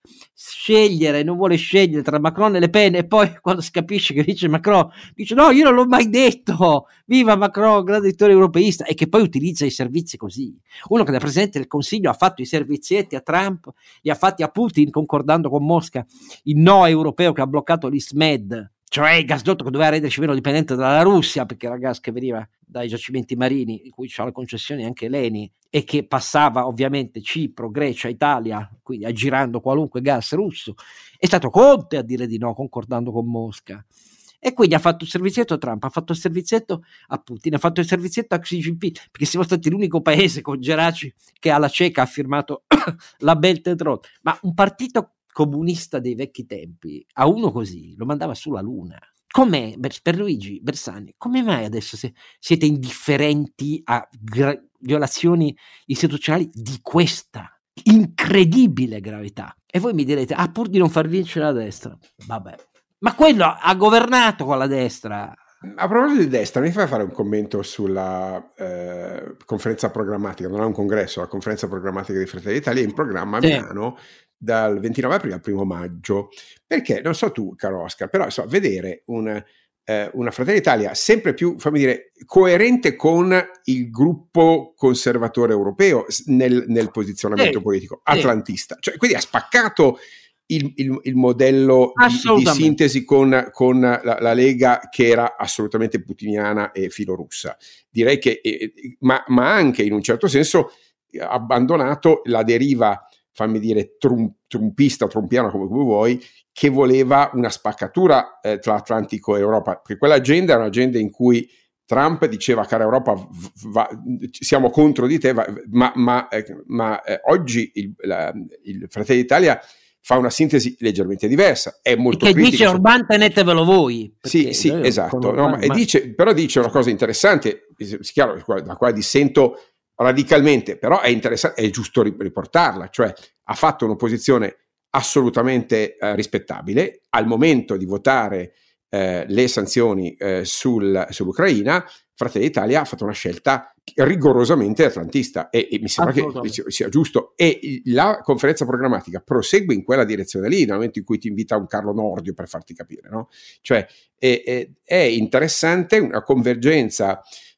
scegliere, non vuole scegliere tra Macron e Le Pen, e poi quando si capisce che dice Macron, dice no, io non l'ho mai detto, viva Macron, grande direttore europeista, e che poi utilizza i servizi così. Uno che da presidente del Consiglio ha fatto i servizietti a Trump, li ha fatti a Putin concordando con Mosca il no europeo che ha bloccato l'ISMED, cioè il gasdotto che doveva renderci meno dipendente dalla Russia, perché era gas che veniva dai giacimenti marini, in cui c'ha la concessione anche l'Eni, e che passava ovviamente Cipro, Grecia, Italia, quindi aggirando qualunque gas russo. È stato Conte a dire di no, concordando con Mosca. E quindi ha fatto il servizietto a Trump, ha fatto il servizietto a Putin, ha fatto il servizietto a Xi Jinping, perché siamo stati l'unico paese con Geraci che alla cieca ha firmato la Belt and Road. Ma un partito comunista dei vecchi tempi, a uno così lo mandava sulla luna. Com'è, per Luigi Bersani, come mai adesso se, siete indifferenti a gra- violazioni istituzionali di questa incredibile gravità? E voi mi direte, ah, pur di non far vincere la destra, vabbè, ma quello ha governato con la destra.
A proposito di destra, mi fai fare un commento sulla eh, conferenza programmatica, non è un congresso, la conferenza programmatica di Fratelli d'Italia in programma a sì. Milano dal ventinove aprile al primo maggio, perché non so tu caro Oscar, però so, vedere un, eh, una Fratelli d'Italia sempre più, fammi dire, coerente con il gruppo conservatore europeo nel, nel posizionamento sì. politico, atlantista, sì. Cioè quindi ha spaccato Il, il, il modello di, di sintesi con, con la, la Lega, che era assolutamente putiniana e filorussa, direi che eh, ma, ma anche in un certo senso abbandonato la deriva, fammi dire, trum, trumpista, trumpiana, come, come vuoi, che voleva una spaccatura eh, tra Atlantico e Europa, perché quell'agenda è un'agenda in cui Trump diceva, cara Europa, va, siamo contro di te, va, ma, ma, eh, ma eh, oggi il, la, il Fratelli d'Italia fa una sintesi leggermente diversa, è molto
e che
critica.
Dice Orban, tenetevelo voi.
Sì, sì, esatto. Orban, no, ma... E dice, però dice una cosa interessante, chiaro, da qua dissento radicalmente, però è interessante, è giusto riportarla, cioè ha fatto un'opposizione assolutamente eh, rispettabile al momento di votare eh, le sanzioni eh, sul, sull'Ucraina. Fratelli d'Italia ha fatto una scelta rigorosamente atlantista e, e mi sembra che sia giusto, e la conferenza programmatica prosegue in quella direzione lì, nel momento in cui ti invita un Carlo Nordio, per farti capire, no? Cioè è, è, è interessante una convergenza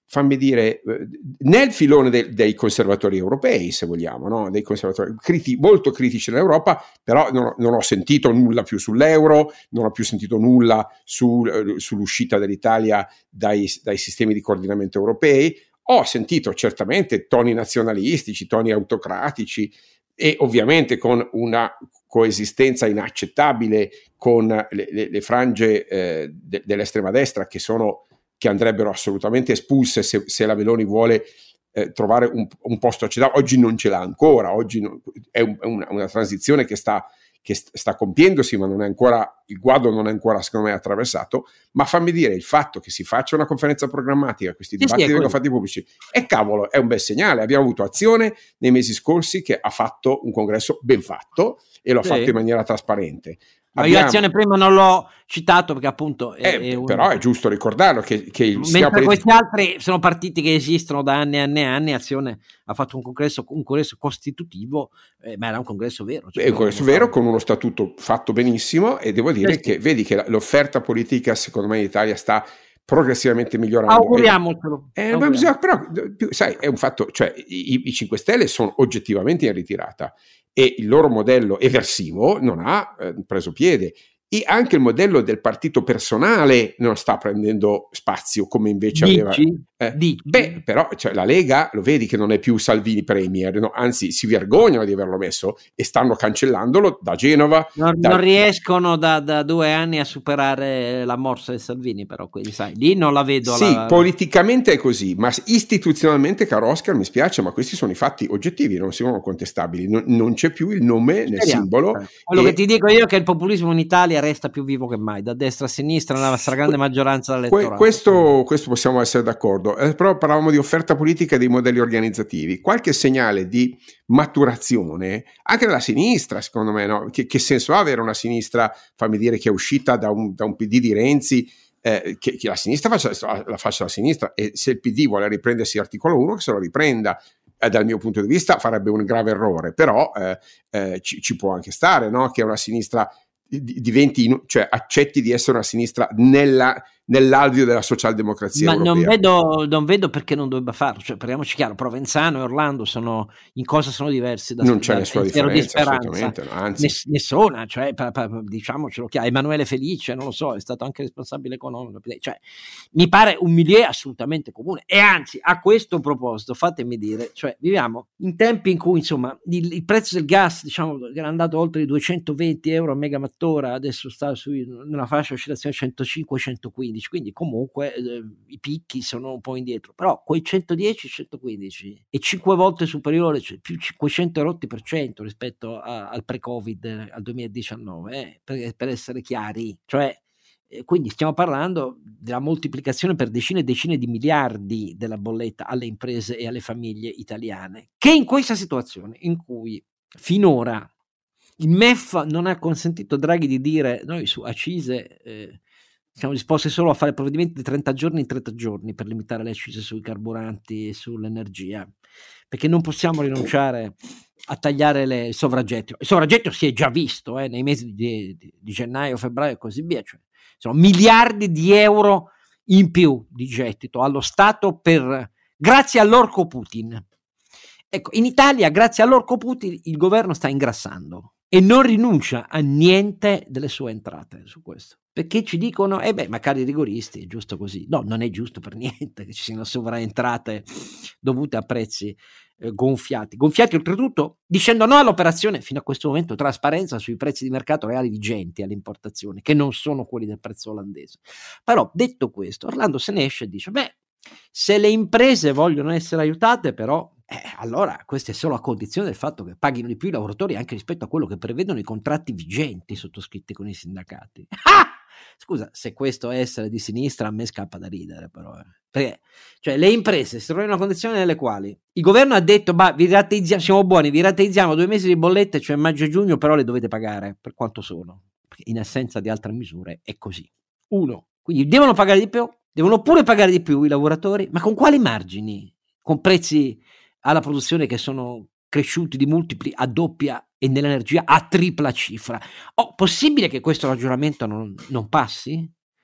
fammi dire, nel filone de- dei conservatori europei, se vogliamo, no? Dei conservatori criti- molto critici nell'Europa, però non ho, non ho sentito nulla più sull'euro, non ho più sentito nulla su, sull'uscita dell'Italia dai, dai sistemi di coordinamento europei. Ho sentito certamente toni nazionalistici, toni autocratici, e ovviamente con una coesistenza inaccettabile con le, le, le frange eh, de, dell'estrema destra che sono che andrebbero assolutamente espulse se, se la Meloni vuole eh, trovare un, un posto accettato. Oggi non ce l'ha ancora, oggi non, è, un, è una, una transizione che sta che sta compiendosi, ma non è ancora, il guado non è ancora secondo me attraversato. Ma fammi dire, il fatto che si faccia una conferenza programmatica, questi sì, dibattiti sì, vengono fatti pubblici, e cavolo, è un bel segnale. Abbiamo avuto Azione nei mesi scorsi che ha fatto un congresso ben fatto e lo ha sì. fatto in maniera trasparente.
Ma io Azione prima non l'ho citato perché appunto è,
eh,
è un...
però è giusto ricordarlo che, che il
mentre questi altri sono partiti che esistono da anni e anni e anni. Azione ha fatto un congresso, un congresso costitutivo, eh, ma era un congresso vero, cioè
è un congresso vero fare... con uno statuto fatto benissimo, e devo dire sì, che sì. vedi che l'offerta politica secondo me in Italia sta progressivamente migliorando.
Auguriamocelo.
Eh, ma bisogna, però sai, è un fatto, cioè i, i cinque Stelle sono oggettivamente in ritirata e il loro modello eversivo non ha eh, preso piede. E anche il modello del partito personale non sta prendendo spazio come invece
Dici?
aveva. Eh,
Dici?
Beh, però cioè, la Lega lo vedi che non è più Salvini Premier, no? Anzi si vergognano di averlo messo e stanno cancellandolo da Genova.
Non,
da...
non riescono da, da due anni a superare la morsa di Salvini, però quindi sai, lì non la vedo.
Sì,
la...
politicamente è così, ma istituzionalmente, caro Oscar, mi spiace, ma questi sono i fatti oggettivi, non sono contestabili. Non, non c'è più il nome nel
Speriamo.
simbolo.
Quello
e...
che ti dico io è che il populismo in Italia resta più vivo che mai, da destra a sinistra, nella stragrande que- maggioranza dell'elettorato.
Questo, questo possiamo essere d'accordo, eh, però parlavamo di offerta politica e dei modelli organizzativi. Qualche segnale di maturazione anche dalla sinistra, secondo me, no? Che, che senso ha avere una sinistra, fammi dire, che è uscita da un, da un P D di Renzi, eh, che, che la sinistra faccia, la faccia la sinistra, e se il P D vuole riprendersi l'articolo uno, che se lo riprenda. Eh, dal mio punto di vista farebbe un grave errore, però eh, eh, ci, ci può anche stare, no? Che una sinistra diventi, cioè accetti di essere una sinistra nella, nell'alveo della socialdemocrazia
ma
europea.
non vedo, non vedo perché non dovrebbe farlo, cioè parliamoci chiaro, Provenzano e Orlando sono in cosa sono diversi da,
non c'è
da
nessuna differenza, di assolutamente no, anzi
Ness, nessuna, cioè pa, pa, diciamocelo chiaro, Emanuele Felice, non lo so, è stato anche responsabile economico, cioè mi pare un milieu assolutamente comune. E anzi, a questo proposito fatemi dire, cioè viviamo in tempi in cui insomma il, il prezzo del gas, diciamo, che era andato oltre i duecentoventi euro a megawattora, adesso sta su nella fascia di oscillazione centocinque centoquindici, quindi comunque eh, i picchi sono un po' indietro, però quei centodieci centoquindici è cinque volte superiore, cioè più cinquecento rotti per cento rispetto a, al pre-Covid, al duemiladiciannove, eh, per, per essere chiari, cioè eh, quindi stiamo parlando della moltiplicazione per decine e decine di miliardi della bolletta alle imprese e alle famiglie italiane, che in questa situazione in cui finora il M E F non ha consentito a Draghi di dire noi su accise eh, siamo disposti solo a fare provvedimenti di trenta giorni in trenta giorni per limitare le accise sui carburanti e sull'energia, perché non possiamo rinunciare a tagliare le, il sovraggettito. Il sovraggettito si è già visto eh, nei mesi di, di, di gennaio, febbraio e così via, cioè sono miliardi di euro in più di gettito allo Stato per, grazie all'orco Putin. Ecco, in Italia grazie all'orco Putin il governo sta ingrassando e non rinuncia a niente delle sue entrate su questo, perché ci dicono eh beh, ma cari rigoristi, è giusto così. No, non è giusto per niente che ci siano sovraentrate dovute a prezzi eh, gonfiati gonfiati oltretutto dicendo no all'operazione, fino a questo momento, trasparenza sui prezzi di mercato reali vigenti alle importazioni, che non sono quelli del prezzo olandese. Però detto questo, Orlando se ne esce e dice beh, se le imprese vogliono essere aiutate però Eh, allora questo è solo a condizione del fatto che paghino di più i lavoratori anche rispetto a quello che prevedono i contratti vigenti sottoscritti con i sindacati. Ah! Scusa, se questo è essere di sinistra a me scappa da ridere però. Eh. Perché cioè, le imprese si trovano in una condizione nelle quali il governo ha detto ma vi rateizziamo, siamo buoni, vi rateizziamo due mesi di bollette, cioè maggio e giugno, però le dovete pagare per quanto sono. Perché in assenza di altre misure è così. Uno, quindi devono pagare di più, devono pure pagare di più i lavoratori, ma con quali margini? Con prezzi alla produzione che sono cresciuti di multipli a doppia e nell'energia a tripla cifra. Oh, possibile che questo ragionamento non, non passi?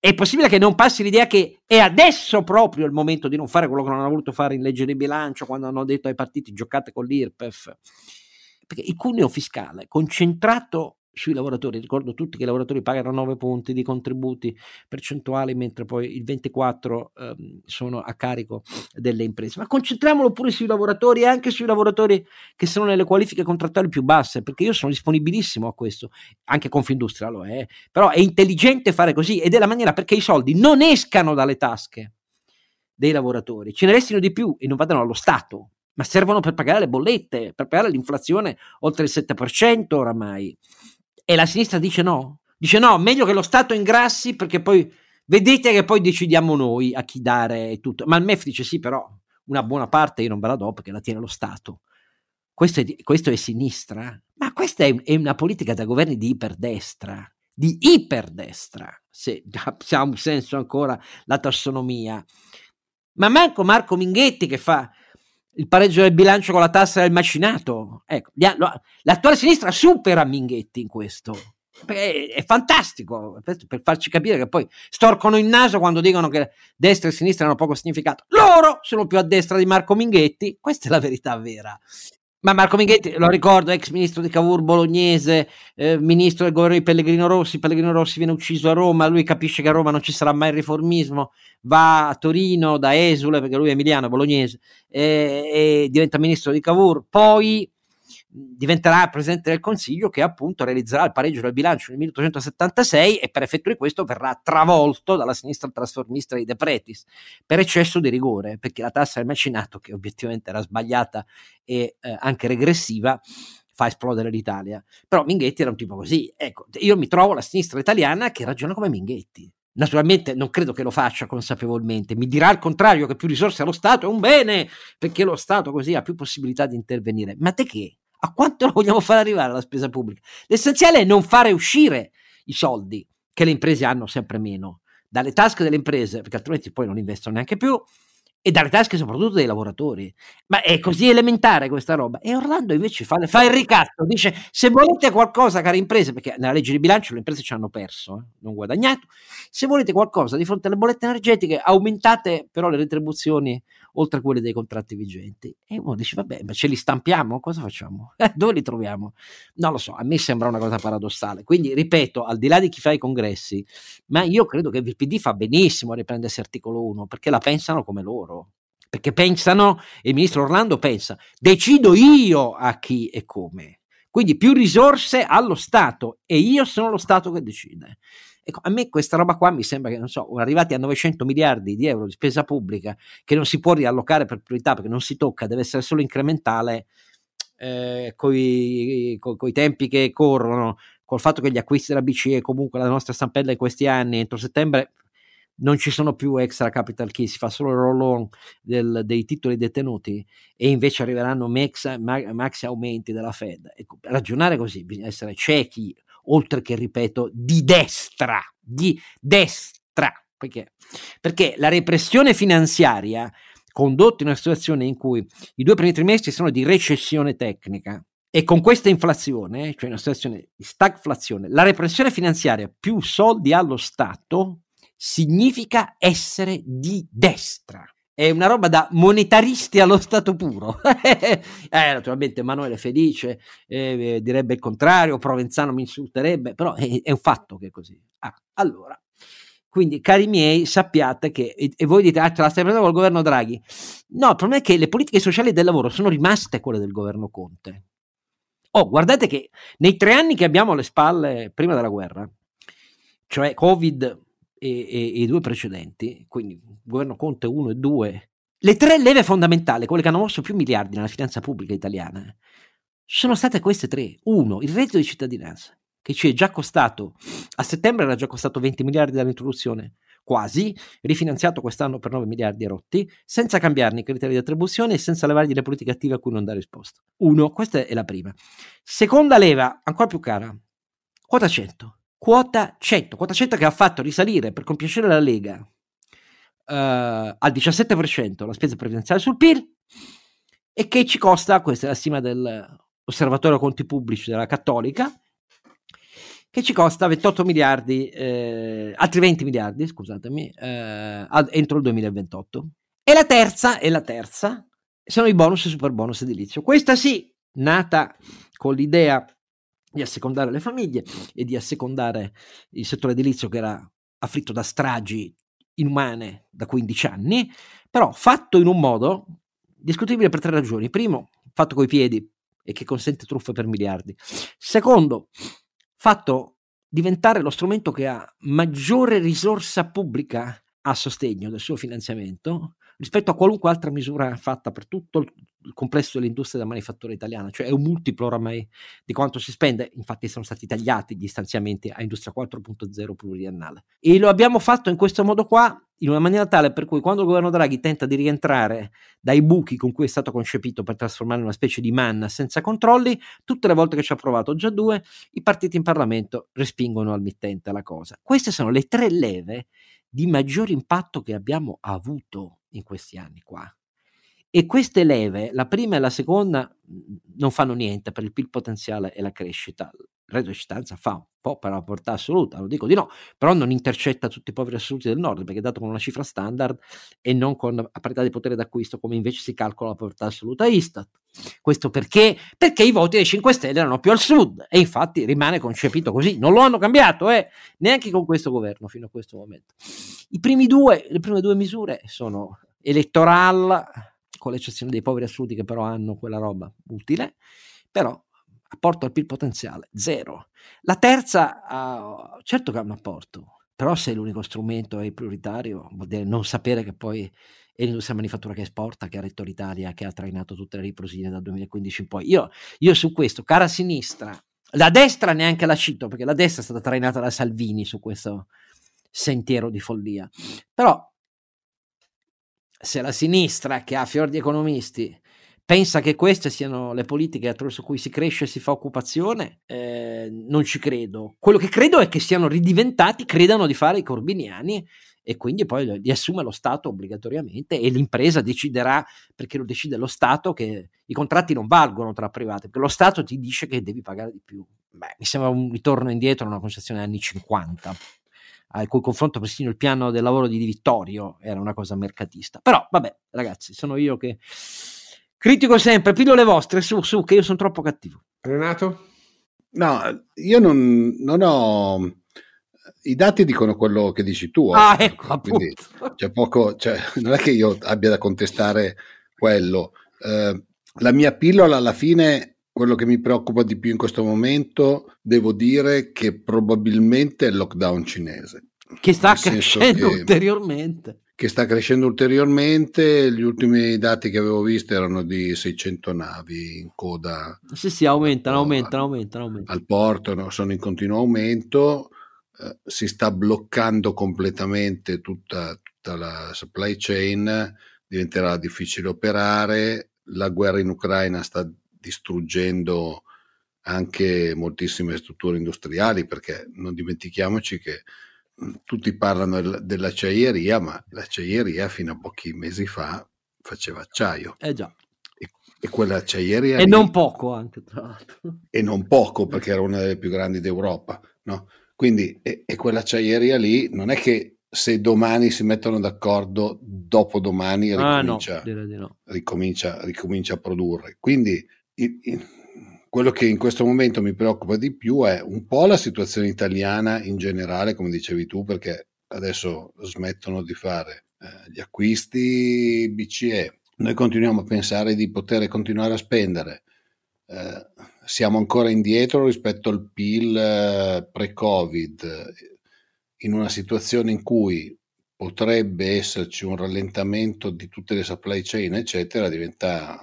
è possibile che non passi l'idea che è adesso proprio il momento di non fare quello che non hanno voluto fare in legge di bilancio, quando hanno detto ai partiti giocate con l'I R P E F, perché il cuneo fiscale concentrato sui lavoratori, ricordo tutti che i lavoratori pagano nove punti di contributi percentuali, mentre poi il ventiquattro ehm, sono a carico delle imprese, ma concentriamolo pure sui lavoratori e anche sui lavoratori che sono nelle qualifiche contrattuali più basse, perché io sono disponibilissimo a questo, anche Confindustria lo è, però è intelligente fare così ed è la maniera perché i soldi non escano dalle tasche dei lavoratori, ce ne restino di più e non vadano allo Stato, ma servono per pagare le bollette, per pagare l'inflazione oltre il sette per cento oramai. E la sinistra dice no, dice no, meglio che lo Stato ingrassi perché poi vedete che poi decidiamo noi a chi dare e tutto. Ma il M E F dice sì, però una buona parte io non ve la do perché la tiene lo Stato. Questo è, questo è sinistra? Ma questa è, è una politica da governi di iperdestra, di iperdestra, se ha un senso ancora la tassonomia. Ma manco Marco Minghetti che fa il pareggio del bilancio con la tassa del macinato, ecco, l'attuale sinistra supera Minghetti in questo, perché è fantastico, per farci capire che poi storcono il naso quando dicono che destra e sinistra hanno poco significato, loro sono più a destra di Marco Minghetti, questa è la verità vera. Ma Marco Minghetti, lo ricordo, ex ministro di Cavour bolognese, eh, ministro del governo di Pellegrino Rossi, Pellegrino Rossi viene ucciso a Roma, lui capisce che a Roma non ci sarà mai il riformismo, va a Torino da esule, perché lui è emiliano, bolognese, eh, e diventa ministro di Cavour, poi diventerà presidente del Consiglio che appunto realizzerà il pareggio del bilancio nel milleottocentosettantasei e per effetto di questo verrà travolto dalla sinistra trasformista di De Pretis per eccesso di rigore, perché la tassa del macinato, che obiettivamente era sbagliata e eh, anche regressiva, fa esplodere l'Italia. Però Minghetti era un tipo così, ecco, io mi trovo la sinistra italiana che ragiona come Minghetti. Naturalmente non credo che lo faccia consapevolmente, mi dirà al contrario che più risorse allo Stato è un bene, perché lo Stato così ha più possibilità di intervenire. Ma te che? A quanto lo vogliamo far arrivare la spesa pubblica? L'essenziale è non fare uscire i soldi che le imprese hanno sempre meno dalle tasche delle imprese, perché altrimenti poi non investono neanche più, e dalle tasche soprattutto dei lavoratori. Ma è così elementare questa roba. E Orlando invece fa, fa il ricatto, dice se volete qualcosa, care imprese, perché nella legge di bilancio le imprese ci hanno perso, eh, non guadagnato, se volete qualcosa di fronte alle bollette energetiche aumentate però le retribuzioni oltre a quelle dei contratti vigenti. E uno dice vabbè, ma ce li stampiamo? Cosa facciamo? Eh, dove li troviamo? Non lo so, a me sembra una cosa paradossale. Quindi ripeto, al di là di chi fa i congressi, ma io credo che il P D fa benissimo a riprendersi articolo uno, perché la pensano come loro. Perché pensano, e il ministro Orlando pensa, decido io a chi e come, quindi più risorse allo Stato e io sono lo Stato che decide. Ecco, a me questa roba qua mi sembra che, non so, arrivati a novecento miliardi di euro di spesa pubblica che non si può riallocare per priorità perché non si tocca, deve essere solo incrementale, eh, coi, coi, coi tempi che corrono, col fatto che gli acquisti della B C E, comunque la nostra stampella in questi anni, entro settembre non ci sono più extra capital key, si fa solo il roll-on del, dei titoli detenuti e invece arriveranno max, maxi aumenti della Fed. Ecco, ragionare così bisogna essere ciechi, oltre che, ripeto, di destra, di destra, perché, perché la repressione finanziaria condotta in una situazione in cui i due primi trimestri sono di recessione tecnica e con questa inflazione, cioè una situazione di stagflazione, la repressione finanziaria più soldi allo Stato significa essere di destra. È una roba da monetaristi allo stato puro. eh, naturalmente Emanuele Felice eh, direbbe il contrario, Provenzano mi insulterebbe, però è, è un fatto che è così. Ah, allora, quindi cari miei, sappiate che, e, e voi dite, ah, ce la stai prendendo col governo Draghi. No, il problema è che le politiche sociali del lavoro sono rimaste quelle del governo Conte. Oh, guardate che nei tre anni che abbiamo alle spalle prima della guerra, cioè Covid e, e, e i due precedenti, quindi governo Conte uno e due, le tre leve fondamentali, quelle che hanno mosso più miliardi nella finanza pubblica italiana, sono state queste tre. Uno, il reddito di cittadinanza, che ci è già costato, a settembre era già costato venti miliardi dall'introduzione, quasi, rifinanziato quest'anno per nove miliardi rotti, senza cambiarne i criteri di attribuzione e senza levargli le politiche attive a cui non dà risposta. Uno, questa è la prima. Seconda leva, ancora più cara, quota cento. Quota cento, quota cento che ha fatto risalire, per compiacere la Lega, uh, al diciassette per cento la spesa previdenziale sul P I L e che ci costa, questa è la stima dell'Osservatorio Conti Pubblici della Cattolica, che ci costa ventotto miliardi, eh, altri venti miliardi, scusatemi, eh, ad, entro il duemilaventotto. E la terza, e la terza, sono i bonus e super bonus edilizio. Questa sì, nata con l'idea di assecondare le famiglie e di assecondare il settore edilizio che era afflitto da stragi inumane da quindici anni, però fatto in un modo discutibile per tre ragioni. Primo, fatto coi piedi e che consente truffe per miliardi. Secondo, fatto diventare lo strumento che ha maggiore risorsa pubblica a sostegno del suo finanziamento rispetto a qualunque altra misura fatta per tutto il complesso dell'industria della manifattura italiana, cioè è un multiplo oramai di quanto si spende. Infatti sono stati tagliati gli stanziamenti a Industria quattro punto zero pluriennale e lo abbiamo fatto in questo modo qua, in una maniera tale per cui quando il governo Draghi tenta di rientrare dai buchi con cui è stato concepito per trasformarlo in una specie di manna senza controlli, tutte le volte che ci ha provato già due, i partiti in Parlamento respingono al mittente la cosa. Queste sono le tre leve di maggior impatto che abbiamo avuto in questi anni qua. E queste leve, la prima e la seconda, non fanno niente per il P I L potenziale e la crescita. Il reddito di cittadinanza fa un po' per la povertà assoluta, non dico di no, però non intercetta tutti i poveri assoluti del nord, perché è dato con una cifra standard e non con a parità di potere d'acquisto, come invece si calcola la povertà assoluta Istat. Questo perché? Perché i voti dei cinque Stelle erano più al sud e infatti rimane concepito così. Non lo hanno cambiato, eh, neanche con questo governo fino a questo momento. I primi due, le prime due misure sono elettoral, con l'eccezione dei poveri assoluti che però hanno quella roba utile, però apporto al P I L potenziale zero. La terza, uh, certo che ha un apporto, però se l'unico strumento è il prioritario vuol dire non sapere che poi è l'industria manifattura che esporta, che ha retto l'Italia, che ha trainato tutte le riprosine dal duemilaquindici in poi. Io, io su questo, cara sinistra, la destra neanche la cito, perché la destra è stata trainata da Salvini su questo sentiero di follia, però se la sinistra, che ha fior di economisti, pensa che queste siano le politiche attraverso cui si cresce e si fa occupazione, eh, non ci credo. Quello che credo è che siano ridiventati, credano di fare i corbiniani e quindi poi li assume lo Stato obbligatoriamente e l'impresa deciderà, perché lo decide lo Stato, che i contratti non valgono tra privati, perché lo Stato ti dice che devi pagare di più. Beh, mi sembra un ritorno indietro a una concezione degli anni cinquanta. Al cui confronto persino il piano del lavoro di Di Vittorio era una cosa mercatista. Però vabbè, ragazzi, sono io che critico sempre, piglio le vostre, su, su, che io sono troppo cattivo.
Renato?
No, io non, non ho... I dati dicono quello che dici tu.
Ah, ecco,
quindi c'è poco, cioè, non è che io abbia da contestare quello. Eh, la mia pillola alla fine, quello che mi preoccupa di più in questo momento, devo dire che probabilmente è il lockdown cinese.
Che sta crescendo che, ulteriormente.
Che sta crescendo ulteriormente. Gli ultimi dati che avevo visto erano di seicento navi in coda.
Sì, sì, aumentano,
al,
aumentano, aumentano, aumentano.
Al porto, no, sono in continuo aumento. Eh, si sta bloccando completamente tutta, tutta la supply chain, diventerà difficile operare. La guerra in Ucraina sta distruggendo anche moltissime strutture industriali, perché non dimentichiamoci che tutti parlano dell'acciaieria, ma l'acciaieria fino a pochi mesi fa faceva acciaio.
Eh già.
E, e quell'acciaieria
e
lì,
non poco anche, tra l'altro.
E non poco, perché era una delle più grandi d'Europa, no? Quindi, e, e quell'acciaieria lì non è che se domani si mettono d'accordo, dopodomani ricomincia,
ah, no, di no.
ricomincia, ricomincia a produrre. Quindi il, il, quello che in questo momento mi preoccupa di più è un po' la situazione italiana in generale, come dicevi tu, perché adesso smettono di fare eh, gli acquisti B C E, noi continuiamo a pensare di poter continuare a spendere, eh, siamo ancora indietro rispetto al P I L eh, pre-Covid, in una situazione in cui potrebbe esserci un rallentamento di tutte le supply chain, eccetera, diventa...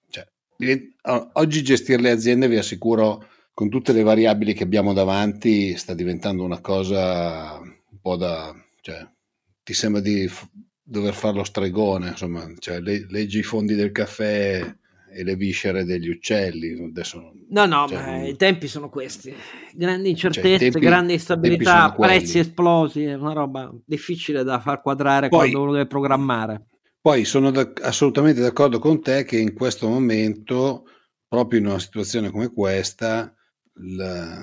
Oggi gestire le aziende, vi assicuro, con tutte le variabili che abbiamo davanti, sta diventando una cosa un po' da... cioè, ti sembra di f- dover fare lo stregone, insomma, cioè, le- leggi i fondi del caffè e le viscere degli uccelli. Adesso,
no, no,
cioè,
ma i tempi sono questi. Grandi incertezze,
cioè, tempi,
grandi instabilità, prezzi esplosi, è una roba difficile da far quadrare Poi, quando uno deve programmare.
Poi sono da, assolutamente d'accordo con te che in questo momento, proprio in una situazione come questa, il,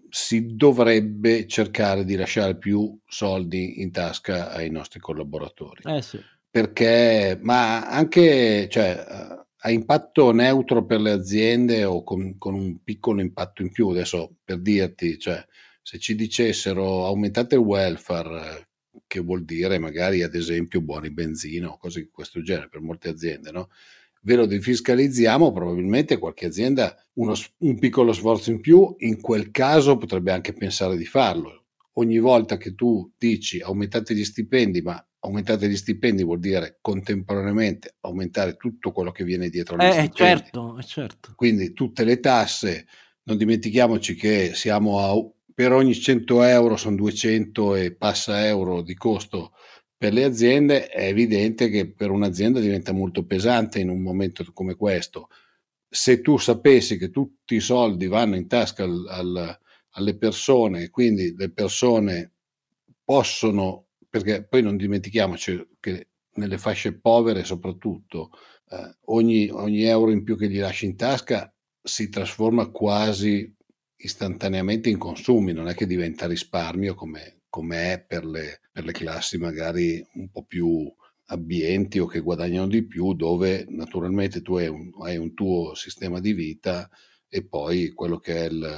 si dovrebbe cercare di lasciare più soldi in tasca ai nostri collaboratori.
Eh sì.
Perché, ma anche, cioè, ha impatto neutro per le aziende o con, con un piccolo impatto in più. Adesso, per dirti, cioè, se ci dicessero aumentate il welfare, che vuol dire magari ad esempio buoni benzina o cose di questo genere per molte aziende, no? Ve lo defiscalizziamo, probabilmente qualche azienda uno, un piccolo sforzo in più, in quel caso potrebbe anche pensare di farlo. Ogni volta che tu dici aumentate gli stipendi, ma aumentate gli stipendi vuol dire contemporaneamente aumentare tutto quello che viene dietro agli
eh,
stipendi.
Certo, certo.
Quindi tutte le tasse, non dimentichiamoci che siamo a, per ogni cento euro sono duecento e passa euro di costo per le aziende. È evidente che per un'azienda diventa molto pesante in un momento come questo. Se tu sapessi che tutti i soldi vanno in tasca al, al, alle persone, quindi le persone possono, perché poi non dimentichiamoci che nelle fasce povere soprattutto eh, ogni, ogni euro in più che gli lasci in tasca si trasforma quasi istantaneamente in consumi, non è che diventa risparmio come, come è per le, per le classi magari un po' più abbienti o che guadagnano di più, dove naturalmente tu hai un, hai un tuo sistema di vita e poi quello che è il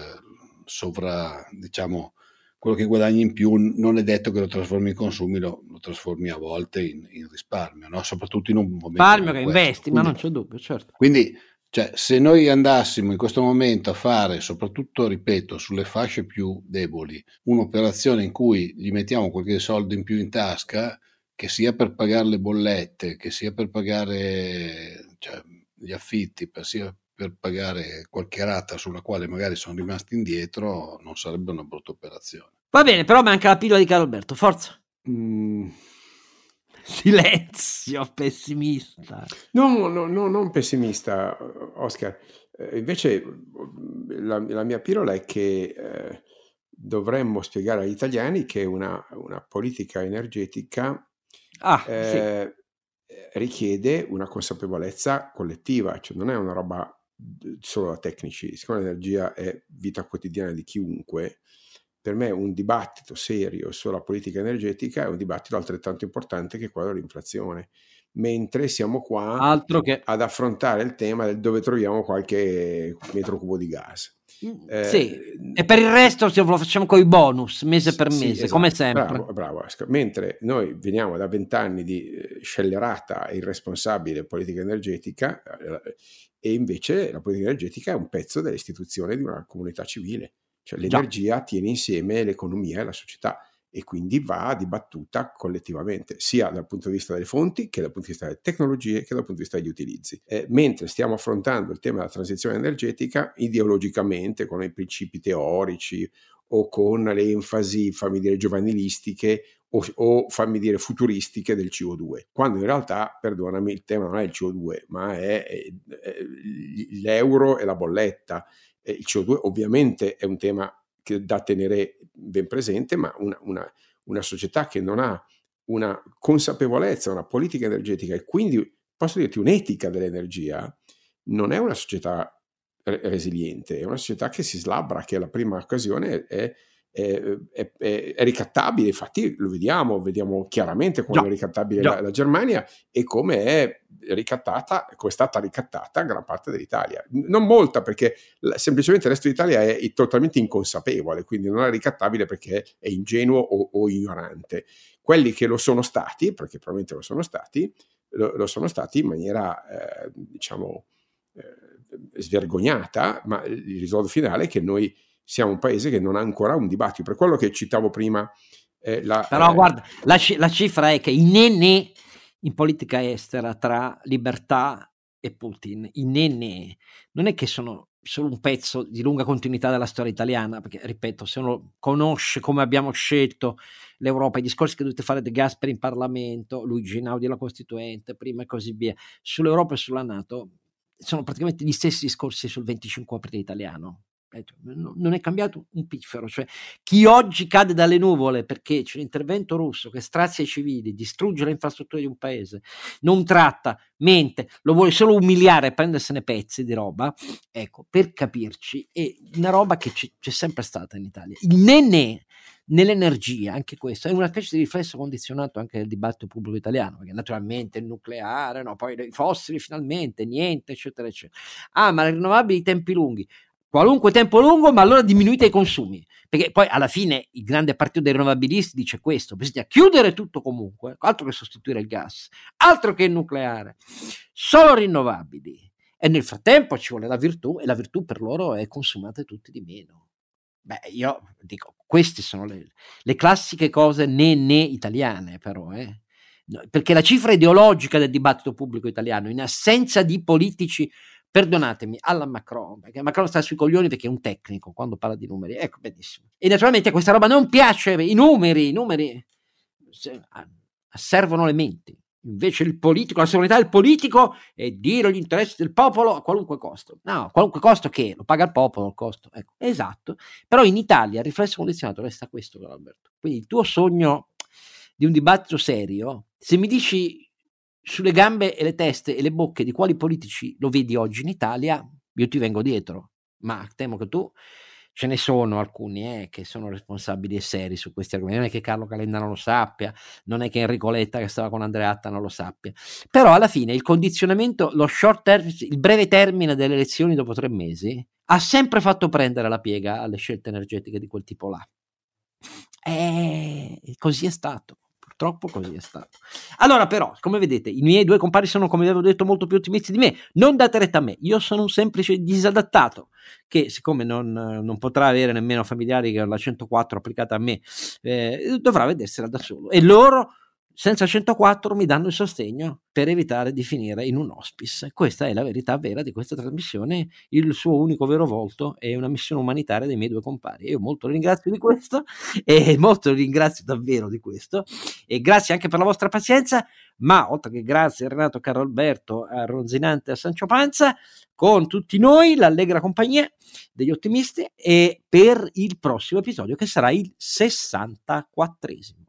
sovra, diciamo, quello che guadagni in più non è detto che lo trasformi in consumi, lo, lo trasformi a volte in, in risparmio, no? Soprattutto in un momento
risparmio che
questo.
investi, quindi, ma non c'è dubbio, certo.
Quindi, cioè, se noi andassimo in questo momento a fare, soprattutto, ripeto, sulle fasce più deboli, un'operazione in cui gli mettiamo qualche soldo in più in tasca, che sia per pagare le bollette, che sia per pagare, cioè, gli affitti, per sia per pagare qualche rata sulla quale magari sono rimasti indietro, non sarebbe una brutta operazione.
Va bene, però manca la pillola di Carlo Alberto, forza.
Mm.
Silenzio pessimista.
No, no, no, non pessimista, Oscar. Eh, invece la, la mia pillola è che eh, dovremmo spiegare agli italiani che una, una politica energetica
ah,
eh,
sì.
richiede una consapevolezza collettiva, cioè non è una roba solo da tecnici. Siccome l'energia è vita quotidiana di chiunque, per me un dibattito serio sulla politica energetica è un dibattito altrettanto importante che quello dell'inflazione, mentre siamo qua
Altro che...
ad affrontare il tema del dove troviamo qualche metro cubo di gas.
Eh, sì, e per il resto lo facciamo con i bonus mese per mese, sì, esatto, come sempre.
Bravo, bravo. Mentre noi veniamo da vent'anni di scellerata e irresponsabile politica energetica, e invece la politica energetica è un pezzo dell'istituzione di una comunità civile. Cioè l'energia Già. tiene insieme l'economia e la società e quindi va dibattuta collettivamente, sia dal punto di vista delle fonti che dal punto di vista delle tecnologie che dal punto di vista degli utilizzi. Eh, mentre stiamo affrontando il tema della transizione energetica ideologicamente, con i principi teorici o con le enfasi, fammi dire, giovanilistiche o, o fammi dire futuristiche del C O due, quando in realtà, perdonami, il tema non è il C O due, ma è, è, è l'euro e la bolletta. Il C O due ovviamente è un tema che da tenere ben presente, ma una, una, una società che non ha una consapevolezza, una politica energetica e quindi, posso dirti, un'etica dell'energia, non è una società re- resiliente, è una società che si slabbra, che alla prima occasione è, è, è, è, è ricattabile. Infatti lo vediamo, vediamo chiaramente come
Già.
è ricattabile
Già.
la, la Germania e come è ricattata, come è stata ricattata gran parte dell'Italia. Non molta, perché la, semplicemente il resto d'Italia è, è totalmente inconsapevole, quindi non è ricattabile perché è ingenuo o, o ignorante. Quelli che lo sono stati, perché probabilmente lo sono stati, lo, lo sono stati in maniera eh, diciamo eh, svergognata, ma il risultato finale è che noi siamo un paese che non ha ancora un dibattito. Per quello che citavo prima eh, la,
però
eh,
guarda, la, la cifra è che i nenè in politica estera tra libertà e Putin, i nenè non è che sono solo un pezzo di lunga continuità della storia italiana, perché ripeto, se uno conosce come abbiamo scelto l'Europa, i discorsi che dovete fare De Gasperi in Parlamento, Luigi Einaudi la Costituente, prima e così via, sull'Europa e sulla NATO, sono praticamente gli stessi discorsi sul venticinque aprile italiano. Non è cambiato un piffero. Cioè, chi oggi cade dalle nuvole perché c'è l'intervento russo che strazia i civili, distrugge le infrastrutture di un paese, non tratta, mente, lo vuole solo umiliare e prendersene pezzi di roba, ecco, per capirci, è una roba che c- c'è sempre stata in Italia. Il nenè nell'energia, anche questo è una specie di riflesso condizionato anche del dibattito pubblico italiano, perché naturalmente il nucleare, no, poi i fossili finalmente, niente, eccetera, eccetera. Ah, ma le rinnovabili i tempi lunghi. Qualunque tempo lungo, ma allora diminuite i consumi, perché poi alla fine il grande partito dei rinnovabilisti dice questo: bisogna chiudere tutto comunque, altro che sostituire il gas, altro che il nucleare, solo rinnovabili, e nel frattempo ci vuole la virtù, e la virtù per loro è consumate tutti di meno. Beh, io dico, queste sono le, le classiche cose né né italiane, però, eh. No, perché la cifra ideologica del dibattito pubblico italiano, in assenza di politici, perdonatemi, alla Macron, perché Macron sta sui coglioni perché è un tecnico quando parla di numeri, ecco, benissimo. E naturalmente questa roba non piace, i numeri, i numeri asservono le menti. Invece il politico, la sovranità del politico è dire gli interessi del popolo a qualunque costo. No, a qualunque costo che lo paga il popolo, il costo. Ecco, esatto. Però in Italia il riflesso condizionato resta questo, Alberto. Quindi il tuo sogno di un dibattito serio, se mi dici sulle gambe e le teste e le bocche di quali politici lo vedi oggi in Italia, io ti vengo dietro, ma temo che tu, ce ne sono alcuni eh, che sono responsabili e seri su questi argomenti. Non è che Carlo Calenda non lo sappia, non è che Enrico Letta che stava con Andreatta non lo sappia, però alla fine il condizionamento, lo short term, il breve termine delle elezioni dopo tre mesi ha sempre fatto prendere la piega alle scelte energetiche di quel tipo là, e così è stato. Purtroppo così è stato. Allora, però, come vedete, i miei due compari sono, come vi avevo detto, molto più ottimisti di me. Non date retta a me, io sono un semplice disadattato che, siccome non, non potrà avere nemmeno familiari che hanno la centoquattro applicata a me, eh, dovrà vedersela da solo. E loro, senza centoquattro, mi danno il sostegno per evitare di finire in un hospice. Questa è la verità vera di questa trasmissione. Il suo unico vero volto è una missione umanitaria dei miei due compari. Io molto ringrazio di questo, e molto ringrazio davvero di questo, e grazie anche per la vostra pazienza. Ma oltre che grazie a Renato Carolberto, a Ronzinante, a Sancio Panza, con tutti noi l'allegra compagnia degli ottimisti, e per il prossimo episodio che sarà il sessantaquattresimo.